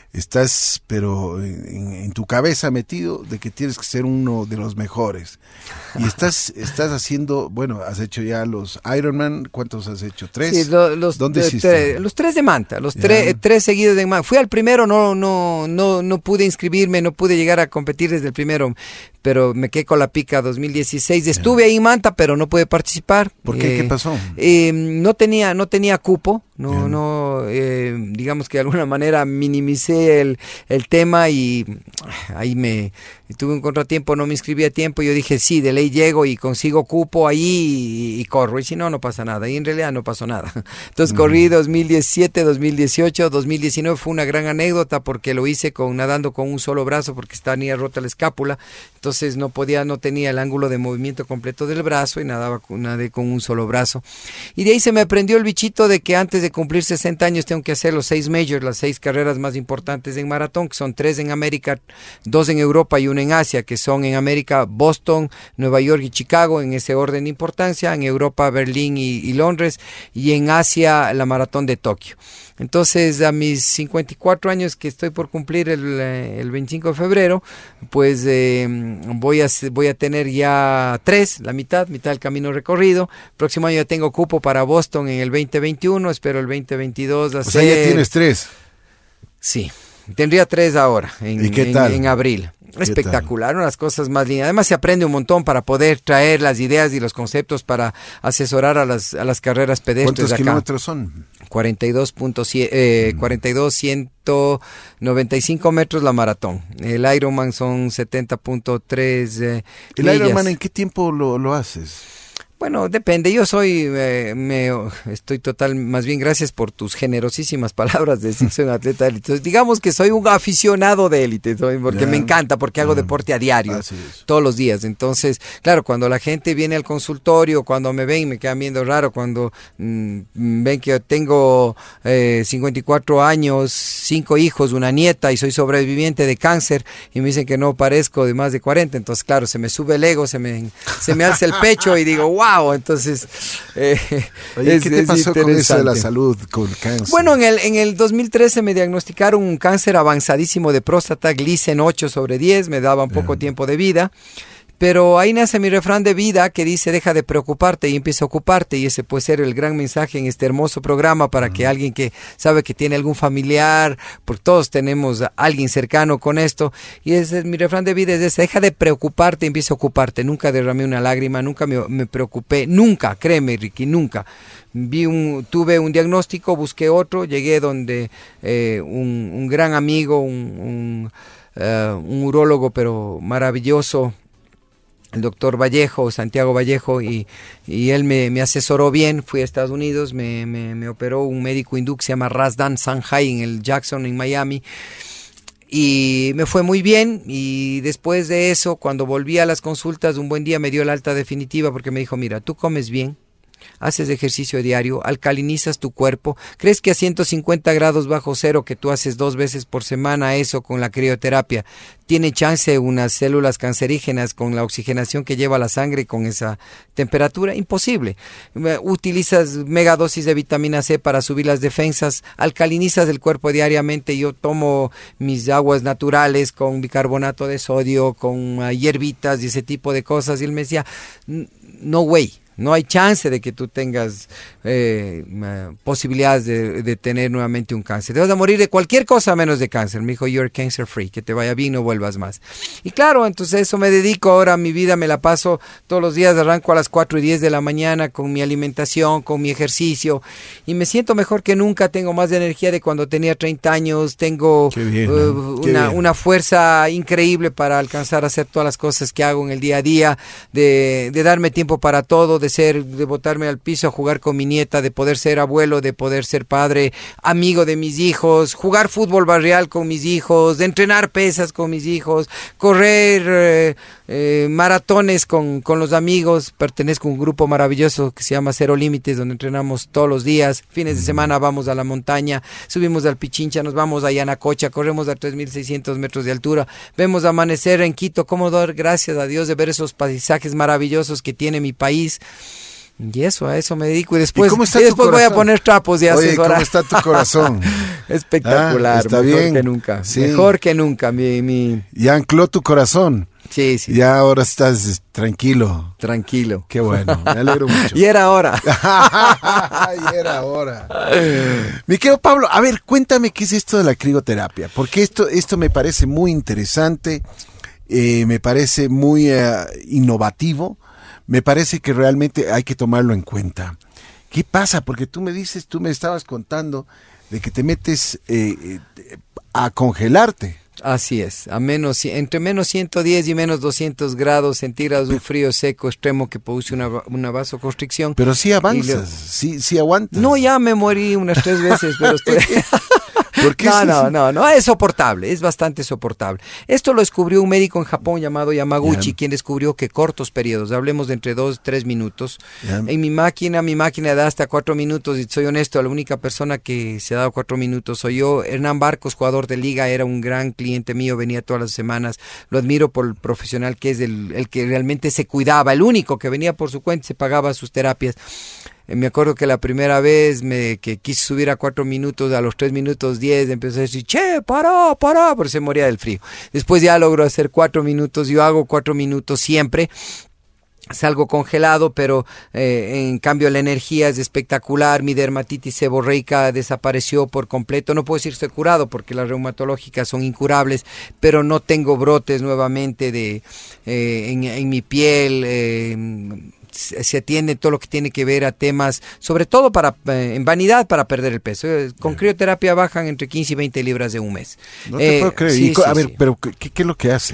estás, pero en tu cabeza metido de que tienes que ser uno de los mejores. Y estás haciendo, bueno, has hecho ya los Ironman, ¿cuántos has hecho? ¿3? Sí, ¿Dónde hiciste? Los 3 de Manta, tres seguidos de Manta. Fui al primero, no pude inscribirme, no pude llegar a competir desde el primero, pero me quedé con la pica 2016. Estuve ahí en Manta, pero no pude participar. ¿Por qué? ¿Qué pasó? No tenía cupo, digamos que de alguna manera minimicé el tema y ahí tuve un contratiempo, no me inscribí a tiempo. Yo dije, sí, de ley llego y consigo cupo ahí y corro, y si no, no pasa nada. Y en realidad no pasó nada. Entonces corrí 2017, 2018, 2019 fue una gran anécdota porque lo hice nadando con un solo brazo porque tenía rota la escápula. Entonces no tenía el ángulo de movimiento completo del brazo y nadé con un solo brazo. Y de ahí se me prendió el bichito de que antes de cumplir 60 años tengo que hacer los 6 majors, las 6 carreras más importantes en maratón, que son 3 en América, 2 en Europa y 1 en Asia, que son en América Boston, Nueva York y Chicago, en ese orden de importancia, en Europa Berlín y Londres, y en Asia la maratón de Tokio. Entonces, a mis 54 años que estoy por cumplir el 25 de febrero, pues voy a tener ya 3, la mitad del camino recorrido. Próximo año ya tengo cupo para Boston en el 2021, espero el 2022 hacer... O sea, ya tienes 3. Sí, tendría 3 ahora, ¿Y qué tal? en abril. Espectacular, una de las cosas más lindas. Además se aprende un montón para poder traer las ideas y los conceptos para asesorar a las carreras pedestres. ¿Cuántos kilómetros son? 195 metros la maratón. El Ironman son 70.3 ¿El millas. Ironman en qué tiempo lo haces? Bueno, depende. Yo soy, estoy más bien gracias por tus generosísimas palabras de decir soy un atleta de élite. Entonces, digamos que soy un aficionado de élite, porque me encanta, porque hago deporte a diario, todos los días. Entonces, claro, cuando la gente viene al consultorio, cuando me ven, me quedan viendo raro, cuando ven que yo tengo 54 años, 5 hijos, una nieta y soy sobreviviente de cáncer y me dicen que no parezco de más de 40, entonces, claro, se me sube el ego, se me alza el pecho y digo, wow. Entonces, Oye, ¿qué te pasó con eso de la salud, con cáncer? Bueno, en el 2013 me diagnosticaron un cáncer avanzadísimo de próstata, Gleason 8/10, me daban poco tiempo de vida. Pero ahí nace mi refrán de vida que dice deja de preocuparte y empieza a ocuparte, y ese puede ser el gran mensaje en este hermoso programa para que alguien que sabe que tiene algún familiar, porque todos tenemos a alguien cercano con esto, y ese es mi refrán de vida, es ese, deja de preocuparte y empieza a ocuparte. Nunca derramé una lágrima, nunca me preocupé, nunca, créeme Ricky, nunca. Tuve un diagnóstico, busqué otro, llegué donde un gran amigo, un urólogo pero maravilloso, el doctor Vallejo, Santiago Vallejo, y él me asesoró bien. Fui a Estados Unidos, me operó un médico hindú que se llama Razdan Sanjay en el Jackson en Miami, y me fue muy bien. Y después de eso, cuando volví a las consultas, un buen día me dio la alta definitiva porque me dijo, mira, tú comes bien, haces ejercicio diario, alcalinizas tu cuerpo, crees que a 150 grados bajo cero que tú haces 2 veces por semana, eso con la crioterapia, tiene chance unas células cancerígenas con la oxigenación que lleva la sangre con esa temperatura? Imposible. Utilizas megadosis de vitamina C para subir las defensas, alcalinizas el cuerpo diariamente. Yo tomo mis aguas naturales con bicarbonato de sodio, con hierbitas y ese tipo de cosas, y él me decía, no way. No hay chance de que tú tengas posibilidades de tener nuevamente un cáncer. Te vas a morir de cualquier cosa menos de cáncer. Me dijo, you're cancer free, que te vaya bien, no vuelvas más. Y claro, entonces eso me dedico ahora, mi vida me la paso todos los días, arranco a las 4:10 de la mañana con mi alimentación, con mi ejercicio, y me siento mejor que nunca, tengo más de energía de cuando tenía 30 años, tengo una fuerza increíble para alcanzar a hacer todas las cosas que hago en el día a día, de darme tiempo para todo, de botarme al piso a jugar con mi nieta, de poder ser abuelo, de poder ser padre, amigo de mis hijos, jugar fútbol barrial con mis hijos, de entrenar pesas con mis hijos, correr maratones con los amigos. Pertenezco a un grupo maravilloso que se llama Cero Límites, donde entrenamos todos los días. Fines de semana vamos a la montaña, subimos al Pichincha, nos vamos a Yanacocha, corremos a 3.600 metros de altura, vemos amanecer en Quito. Cómo dar gracias a Dios de ver esos paisajes maravillosos que tiene mi país. Y eso, a eso me dedico. Y después, cómo está y tu después voy a corazón? poner trapos y Oye, asesorar. ¿cómo está tu corazón? Espectacular, está mejor bien. que nunca. Sí. Mejor que nunca. Mi... Ya ancló tu corazón. Sí, sí. Ya ahora estás tranquilo. Tranquilo. Qué bueno, me alegro mucho. Y era hora. Y era hora. Mi querido Pablo, a ver, cuéntame qué es esto de la crioterapia, porque esto me parece muy interesante, me parece muy innovativo, me parece que realmente hay que tomarlo en cuenta. ¿Qué pasa? Porque tú me estabas contando de que te metes a congelarte. Así es, entre menos 110 y menos 200 grados centígrados, un frío seco extremo que produce una vasoconstricción. Pero sí avanzas, sí aguantas. No, ya me morí unas 3 veces, pero estoy... ¿Por qué? No, es soportable, es bastante soportable. Esto lo descubrió un médico en Japón llamado Yamaguchi, quien descubrió que cortos periodos, hablemos de entre 2 y 3 minutos, en mi máquina da hasta 4 minutos, y soy honesto, la única persona que se ha dado 4 minutos soy yo. Hernán Barcos, jugador de liga, era un gran cliente mío, venía todas las semanas, lo admiro por el profesional que es el que realmente se cuidaba, el único que venía por su cuenta y se pagaba sus terapias. Me acuerdo que la primera vez que quise subir a 4 minutos, a los 3 minutos 10, empezó a decir, che, para, pero se moría del frío. Después ya logró hacer 4 minutos, yo hago 4 minutos siempre. Salgo congelado, pero en cambio la energía es espectacular, mi dermatitis seborreica desapareció por completo. No puedo decir estoy curado porque las reumatológicas son incurables, pero no tengo brotes nuevamente en mi piel. Se atiende todo lo que tiene que ver a temas, sobre todo en vanidad para perder el peso. Con crioterapia bajan entre 15 y 20 libras de un mes. No te puedo creer. Sí, a ver, pero ¿qué es lo que hacen?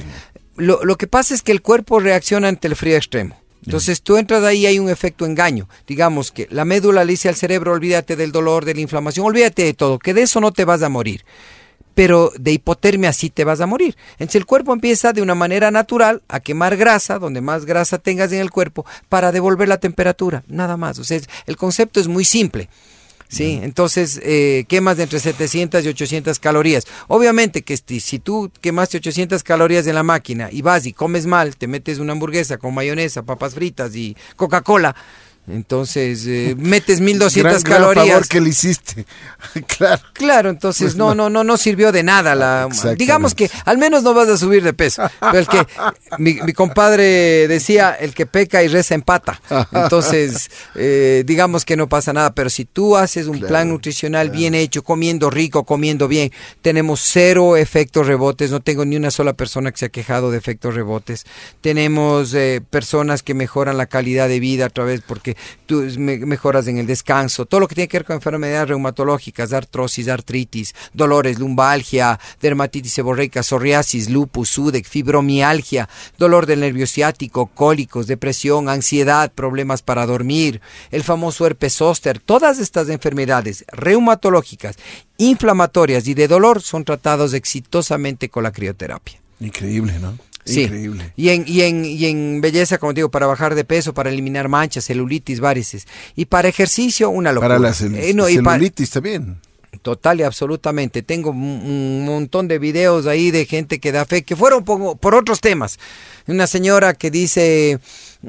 Lo que pasa es que el cuerpo reacciona ante el frío extremo. Entonces tú entras ahí y hay un efecto engaño. Digamos que la médula le dice al cerebro, olvídate del dolor, de la inflamación, olvídate de todo, que de eso no te vas a morir. Pero de hipotermia sí te vas a morir. Entonces el cuerpo empieza de una manera natural a quemar grasa, donde más grasa tengas en el cuerpo, para devolver la temperatura, nada más. O sea, el concepto es muy simple. Sí, entonces quemas de entre 700 y 800 calorías. Obviamente que si tú quemaste 800 calorías en la máquina y vas y comes mal, te metes una hamburguesa con mayonesa, papas fritas y Coca-Cola, entonces metes 1200 calorías. Gran favor que le hiciste. Claro, entonces pues no sirvió de nada. Digamos que al menos no vas a subir de peso. Pero mi compadre decía, el que peca y reza empata. Entonces, digamos que no pasa nada. Pero si tú haces un plan nutricional bien hecho, comiendo rico, comiendo bien, tenemos 0 efectos rebotes. No tengo ni una sola persona que se ha quejado de efectos rebotes. Tenemos personas que mejoran la calidad de vida a través, porque tú mejoras en el descanso, todo lo que tiene que ver con enfermedades reumatológicas, artrosis, artritis, dolores, lumbalgia, dermatitis seborreica, psoriasis, lupus, SUDEC, fibromialgia, dolor del nervio ciático, cólicos, depresión, ansiedad, problemas para dormir, el famoso herpes zóster. Todas estas enfermedades reumatológicas, inflamatorias y de dolor son tratados exitosamente con la crioterapia. Increíble, ¿no? Sí. Increíble. Y en belleza, como digo, para bajar de peso, para eliminar manchas, celulitis, varices. Y para ejercicio, una locura. Para la celulitis también. Total y absolutamente. Tengo un montón de videos ahí de gente que da fe, que fueron por otros temas. Una señora que dice,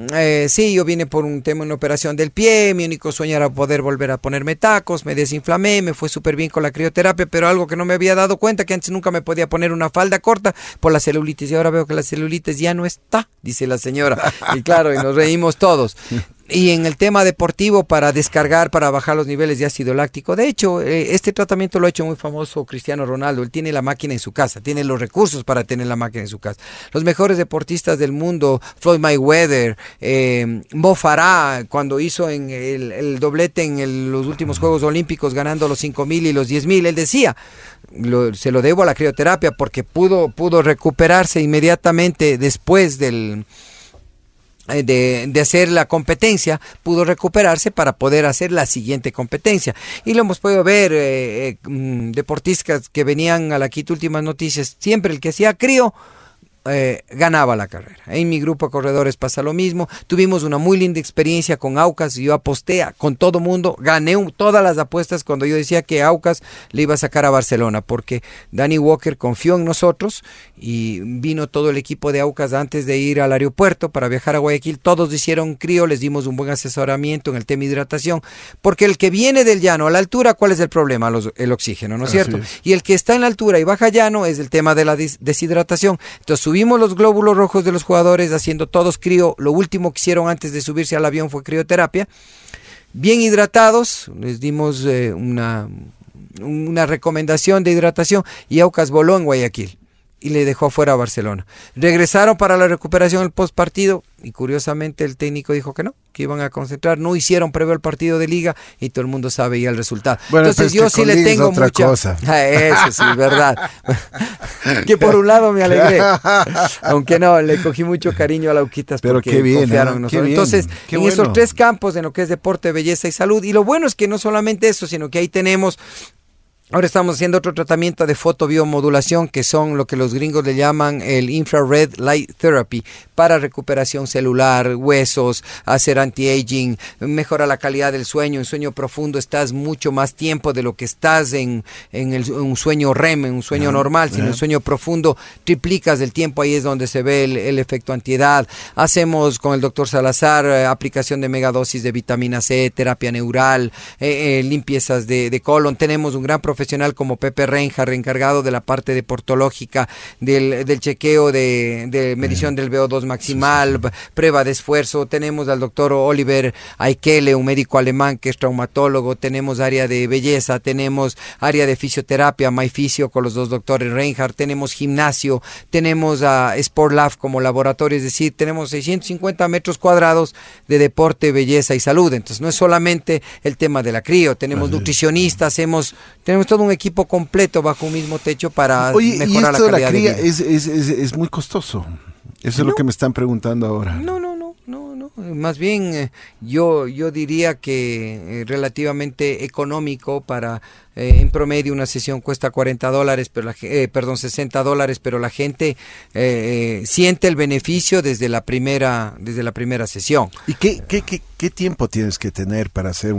sí, yo vine por un tema, una operación del pie, mi único sueño era poder volver a ponerme tacos, me desinflamé, me fue súper bien con la crioterapia, pero algo que no me había dado cuenta, que antes nunca me podía poner una falda corta por la celulitis, y ahora veo que la celulitis ya no está, dice la señora. Y claro, y nos reímos todos. Y en el tema deportivo, para descargar, para bajar los niveles de ácido láctico, de hecho, este tratamiento lo ha hecho muy famoso Cristiano Ronaldo. Él tiene la máquina en su casa, tiene los recursos para tener la máquina en su casa. Los mejores deportistas del mundo, Floyd Mayweather, Mo Farah, cuando hizo el doblete en los últimos Juegos Olímpicos, ganando los 5,000 y los 10,000, él decía, se lo debo a la crioterapia porque pudo recuperarse inmediatamente después de hacer la competencia, pudo recuperarse para poder hacer la siguiente competencia. Y lo hemos podido ver, deportistas que venían a la Quito Últimas Noticias, siempre el que hacía crío, ganaba la carrera. En mi grupo de corredores pasa lo mismo. Tuvimos una muy linda experiencia con Aucas. Yo aposté con todo mundo. Gané todas las apuestas cuando yo decía que Aucas le iba a sacar a Barcelona, porque Danny Walker confió en nosotros y vino todo el equipo de Aucas antes de ir al aeropuerto para viajar a Guayaquil. Todos hicieron crío, les dimos un buen asesoramiento en el tema de hidratación, porque el que viene del llano a la altura, ¿cuál es el problema? El oxígeno, ¿no es cierto? Y el que está en la altura y baja llano es el tema de la deshidratación. Entonces subimos los glóbulos rojos de los jugadores haciendo todos crío. Lo último que hicieron antes de subirse al avión fue crioterapia. Bien hidratados, les dimos una recomendación de hidratación y Aucas voló en Guayaquil y le dejó fuera a Barcelona. Regresaron para la recuperación el postpartido y curiosamente el técnico dijo que no, que iban a concentrar, no hicieron previo al partido de liga y todo el mundo sabe ya el resultado. Bueno, entonces yo sí le tengo mucha cosa. Eso sí, verdad. Que por un lado me alegré, aunque no, le cogí mucho cariño a la Auquitas porque qué bien, confiaron en nosotros. bien, entonces, en bueno. esos 3 campos, en lo que es deporte, belleza y salud, y lo bueno es que no solamente eso, sino que ahí tenemos. Ahora estamos haciendo otro tratamiento de fotobiomodulación, que son lo que los gringos le llaman el Infrared Light Therapy, para recuperación celular, huesos, hacer anti-aging, mejora la calidad del sueño. En sueño profundo estás mucho más tiempo de lo que estás en un sueño REM, en un sueño normal. Si en el sueño profundo triplicas el tiempo, ahí es donde se ve el efecto antiedad. Hacemos con el doctor Salazar aplicación de megadosis de vitamina C, terapia neural, limpiezas de colon. Tenemos un gran profesional como Pepe Reinhardt, encargado de la parte deportológica, del chequeo de medición del VO2 maximal, prueba de esfuerzo. Tenemos al doctor Oliver Aikele, un médico alemán que es traumatólogo. Tenemos área de belleza, tenemos área de fisioterapia, MyFisio, con los 2 doctores Reinhardt. Tenemos gimnasio, tenemos a Sport Lab como laboratorio, es decir, tenemos 650 metros cuadrados de deporte, belleza y salud. Entonces no es solamente el tema de la crío, tenemos nutricionistas, tenemos todo un equipo completo bajo un mismo techo para mejorar la calidad de vida. Oye, y esto de la cría es muy costoso. Eso es lo que me están preguntando ahora. No. Más bien yo diría que relativamente económico para en promedio una sesión cuesta $40, pero $60, pero la gente siente el beneficio desde la primera sesión. ¿Y qué tiempo tienes que tener para hacer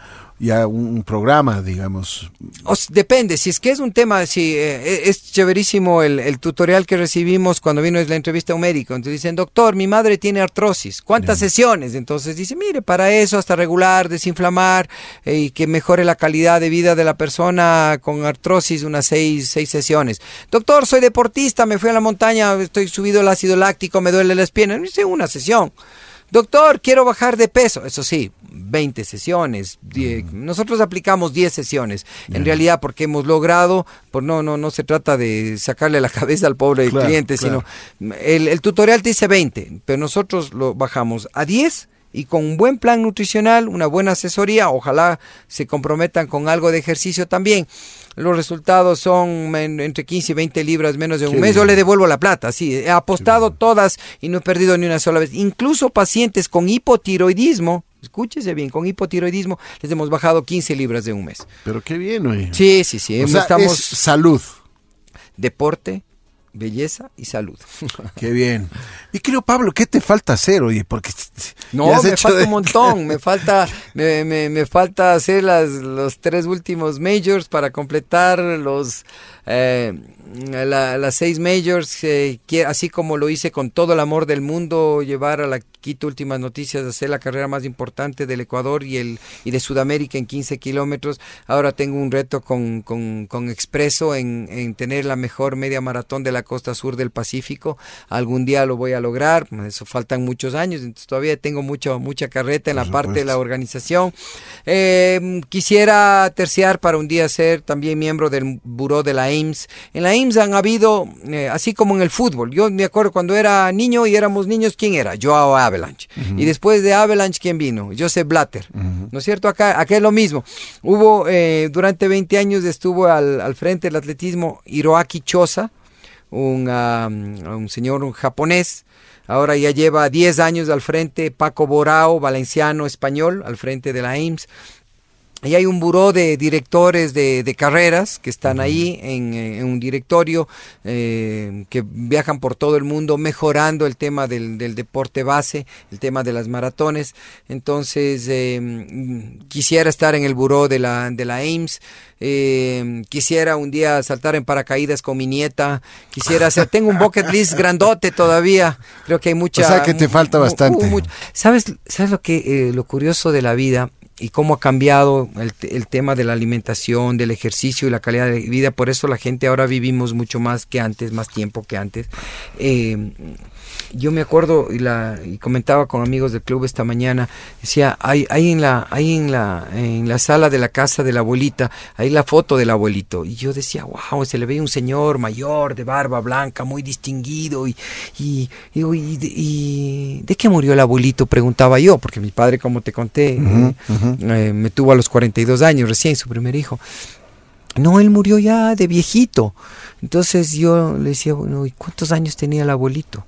un programa, digamos? Depende, si es que es un tema, es chéverísimo el tutorial que recibimos cuando vino la entrevista a un médico. Entonces dicen, doctor, mi madre tiene artrosis, ¿cuántas sesiones? Entonces dice, mire, para eso hasta regular, desinflamar y que mejore la calidad de vida de la persona con artrosis, unas 6 sesiones. Doctor, soy deportista, me fui a la montaña, estoy subido el ácido láctico, me duele la espina, dice una sesión. Doctor, quiero bajar de peso. Eso sí, 20 sesiones. Nosotros aplicamos 10 sesiones. En realidad, porque hemos logrado, pues no se trata de sacarle la cabeza al pobre cliente, sino el tutorial te dice 20, pero nosotros lo bajamos a 10 y con un buen plan nutricional, una buena asesoría, ojalá se comprometan con algo de ejercicio también. Los resultados son entre 15 y 20 libras menos de un mes. Yo le devuelvo la plata, sí. He apostado todas y no he perdido ni una sola vez. Incluso pacientes con hipotiroidismo, escúchese bien, con hipotiroidismo les hemos bajado 15 libras de un mes. Pero qué bien, oye. Sí. O sea, es salud. Deporte, belleza y salud. Qué bien. Y creo, Pablo, ¿qué te falta hacer, oye? Porque no, me falta un montón. Me falta hacer los 3 últimos majors para completar las 6 majors, así como lo hice con todo el amor del mundo, llevar a la Quito Últimas Noticias, hacer la carrera más importante del Ecuador y de Sudamérica en 15 kilómetros. Ahora tengo un reto con Expreso en tener la mejor media maratón de la costa sur del Pacífico. Algún día lo voy a lograr, eso faltan muchos años, entonces todavía tengo mucha carreta en la parte de la organización. Quisiera terciar para un día ser también miembro del buró de la AIMS. En la AIMS han habido, así como en el fútbol, yo me acuerdo cuando era niño y éramos niños, ¿quién era? Joao Avalanche. Y después de Avalanche, ¿quién vino? Joseph Blatter. ¿No es cierto? Acá es lo mismo. Hubo, durante 20 años estuvo al frente del atletismo Hiroaki Chosa, un señor japonés. Ahora ya lleva 10 años al frente Paco Borao, valenciano, español, al frente de la AIMS. Y hay un buró de directores de carreras que están ahí en un directorio que viajan por todo el mundo mejorando el tema del deporte base, el tema de las maratones. Entonces quisiera estar en el buró de la AIMS. Quisiera un día saltar en paracaídas con mi nieta. Quisiera hacer, tengo un bucket list grandote todavía. Creo que hay mucha. O sea que te falta bastante. ¿Sabes lo curioso de la vida? Y cómo ha cambiado el tema de la alimentación, del ejercicio y la calidad de vida. Por eso la gente ahora vivimos mucho más que antes, más tiempo que antes. Yo me acuerdo y comentaba con amigos del club esta mañana, decía, hay en la sala de la casa de la abuelita, hay la foto del abuelito. Y yo decía, wow, se le ve un señor mayor, de barba blanca, muy distinguido. Y ¿de qué murió el abuelito? Preguntaba yo, porque mi padre, como te conté, me tuvo a los 42 años, recién su primer hijo. No, él murió ya de viejito. Entonces yo le decía, bueno, ¿y cuántos años tenía el abuelito?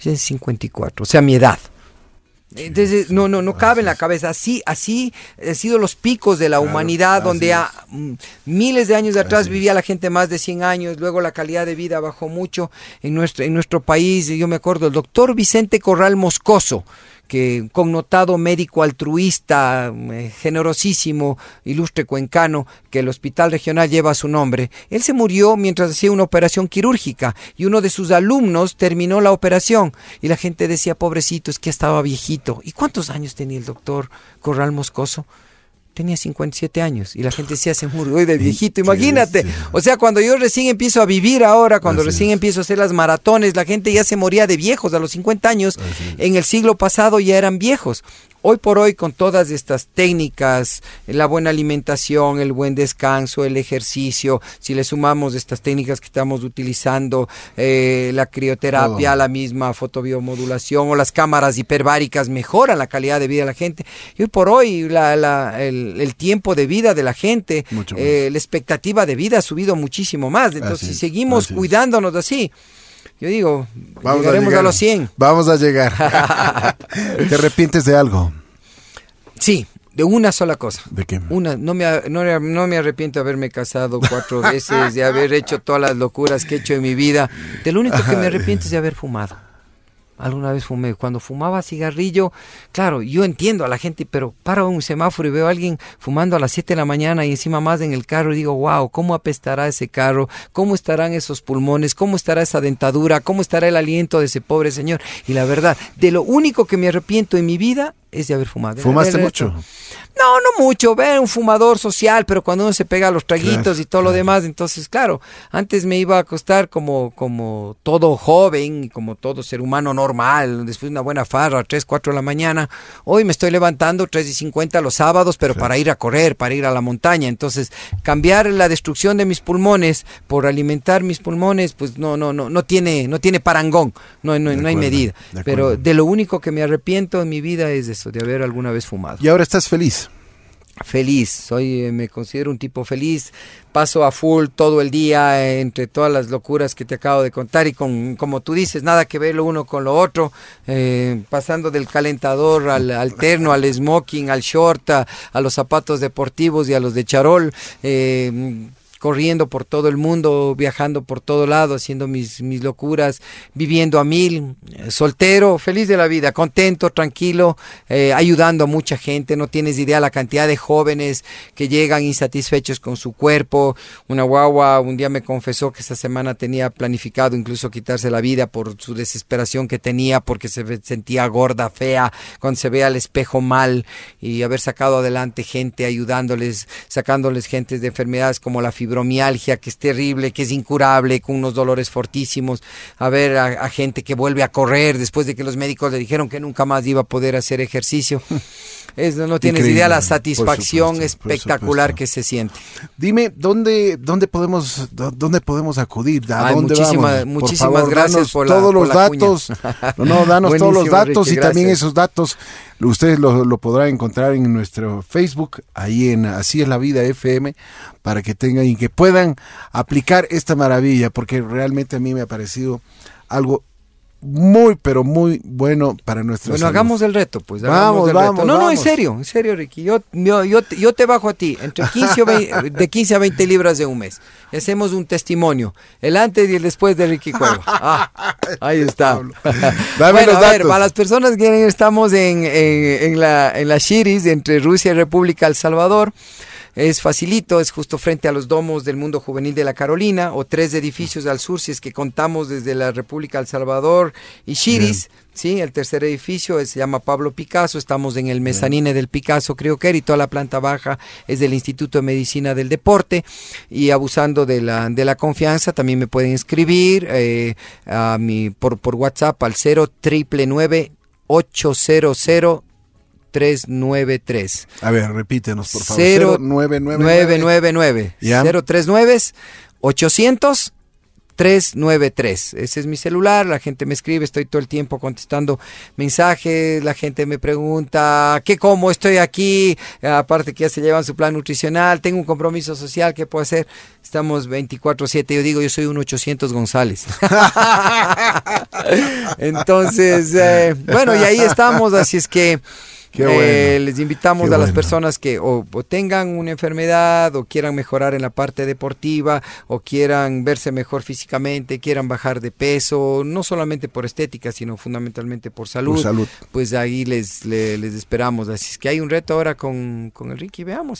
54, o sea, mi edad. Entonces no cabe en la cabeza. Así han sido los picos de la humanidad, donde miles de años de atrás vivía la gente más de 100 años, luego la calidad de vida bajó mucho en nuestro país. Yo me acuerdo, el doctor Vicente Corral Moscoso, que connotado médico altruista, generosísimo, ilustre cuencano, que el hospital regional lleva su nombre. Él se murió mientras hacía una operación quirúrgica y uno de sus alumnos terminó la operación y la gente decía, pobrecito, es que estaba viejito. ¿Y cuántos años tenía el doctor Corral Moscoso? Tenía 57 años y la gente decía, se murió hoy de viejito, imagínate. O sea, cuando yo recién empiezo a vivir ahora, cuando recién empiezo a hacer las maratones, la gente ya se moría de viejos a los 50 años. En el siglo pasado ya eran viejos. Hoy por hoy, con todas estas técnicas, la buena alimentación, el buen descanso, el ejercicio, si le sumamos estas técnicas que estamos utilizando, la crioterapia, la misma fotobiomodulación o las cámaras hiperbáricas mejoran la calidad de vida de la gente. Y hoy por hoy el tiempo de vida de la gente, la expectativa de vida ha subido muchísimo más. Entonces, si seguimos cuidándonos así, yo digo, llegaremos a los 100. Vamos a llegar. ¿Te arrepientes de algo? Sí, de una sola cosa. ¿De qué? No me arrepiento de haberme casado 4 veces, de haber hecho todas las locuras que he hecho en mi vida. De lo único que me arrepiento es de haber fumado. Alguna vez fumé. Cuando fumaba cigarrillo, claro, yo entiendo a la gente, pero paro en un semáforo y veo a alguien fumando a las 7 de la mañana y encima más en el carro y digo, wow, ¿cómo apestará ese carro? ¿Cómo estarán esos pulmones? ¿Cómo estará esa dentadura? ¿Cómo estará el aliento de ese pobre señor? Y la verdad, de lo único que me arrepiento en mi vida es de haber fumado. ¿Fumaste mucho? No mucho, ver un fumador social, pero cuando uno se pega los traguitos y todo lo demás, entonces claro, antes me iba a acostar como todo joven, como todo ser humano normal, después de una buena farra, 3, 4 de la mañana. Hoy me estoy levantando 3:50 los sábados, pero para ir a correr, para ir a la montaña. Entonces, cambiar la destrucción de mis pulmones por alimentar mis pulmones, pues no tiene parangón, no hay medida. Pero de lo único que me arrepiento en mi vida es eso, de haber alguna vez fumado. ¿Y ahora estás feliz? Feliz, me considero un tipo feliz, paso a full todo el día entre todas las locuras que te acabo de contar y como tú dices, nada que ver lo uno con lo otro, pasando del calentador al terno, al smoking, al short, a los zapatos deportivos y a los de charol, corriendo por todo el mundo, viajando por todo lado, haciendo mis locuras, viviendo a 1000, soltero, feliz de la vida, contento, tranquilo, ayudando a mucha gente. No tienes idea la cantidad de jóvenes que llegan insatisfechos con su cuerpo. Una guagua un día me confesó que esta semana tenía planificado incluso quitarse la vida por su desesperación que tenía, porque se sentía gorda, fea, cuando se ve al espejo mal, y haber sacado adelante gente, ayudándoles, sacándoles gente de enfermedades como la fibromialgia, que es terrible, que es incurable, con unos dolores fortísimos, a ver a gente que vuelve a correr después de que los médicos le dijeron que nunca más iba a poder hacer ejercicio. No tienes Increíble. Idea la satisfacción Por supuesto, espectacular que se siente. Dime, ¿dónde podemos acudir? ¿A dónde vamos? Muchísimas favor, gracias por todos los la datos. Danos todos los datos, Ricky, y también esos datos ustedes lo podrán encontrar en nuestro Facebook, ahí en Así es la Vida FM, para que tengan y que puedan aplicar esta maravilla, porque realmente a mí me ha parecido algo muy, pero muy bueno para nuestra Bueno, salud. hagamos el reto, pues. Vamos. No, en serio, Ricky. Yo te bajo a ti entre 15 o 20, de 15 a 20 libras de un mes. Y hacemos un testimonio, el antes y el después de Ricky Cueva. Ahí está. Dame los A datos. ver, para las personas que estamos en la Shiris, entre Rusia y República El Salvador, es facilito, es justo frente a los domos del Mundo Juvenil de la Carolina, o 3 edificios al sur, si es que contamos desde la República El Salvador y Shiris. Sí, el tercer edificio se llama Pablo Picasso, estamos en el mezanine del Picasso, creo que era, y toda la planta baja es del Instituto de Medicina del Deporte. Y abusando de la confianza, también me pueden escribir por WhatsApp al 0999 800 393. A ver, repítenos, por favor. 0999 039 800 393. Ese es mi celular, la gente me escribe, estoy todo el tiempo contestando mensajes, la gente me pregunta ¿qué como? Estoy aquí, aparte que ya se llevan su plan nutricional, tengo un compromiso social, ¿qué puedo hacer? Estamos 24/7, yo digo, yo soy un 800 González. Entonces, bueno, y ahí estamos, así es que les invitamos a las personas que o tengan una enfermedad o quieran mejorar en la parte deportiva o quieran verse mejor físicamente, quieran bajar de peso, no solamente por estética, sino fundamentalmente por salud. Pues ahí les esperamos. Así es que hay un reto ahora con el Ricky, veamos.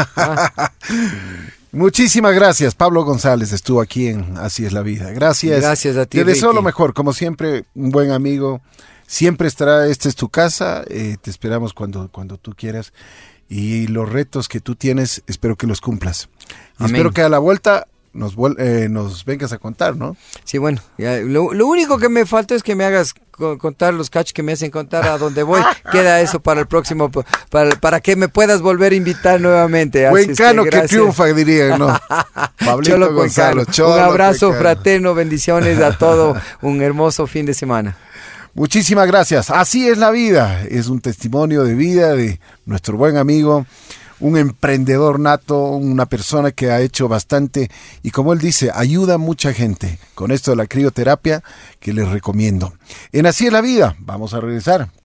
Muchísimas gracias. Pablo González estuvo aquí en Así es la Vida. Gracias. Gracias a ti, Te deseo Ricky. lo mejor, como siempre, un buen amigo. Siempre estará, esta es tu casa, te esperamos cuando tú quieras, y los retos que tú tienes, espero que los cumplas. Y espero que a la vuelta nos vengas a contar, ¿no? Sí, bueno, ya, lo único que me falta es que me hagas contar los cachos que me hacen contar a dónde voy. Queda eso para el próximo, para que me puedas volver a invitar nuevamente. Cuencano que triunfa, dirían, ¿no? Pablito Cholo Gonzalo, Cuencano. Un abrazo Cuencano. fraterno, bendiciones a todo, un hermoso fin de semana. Muchísimas gracias. Así es la vida. Es un testimonio de vida de nuestro buen amigo, un emprendedor nato, una persona que ha hecho bastante y, como él dice, ayuda a mucha gente con esto de la crioterapia que les recomiendo. En Así es la vida, vamos a regresar.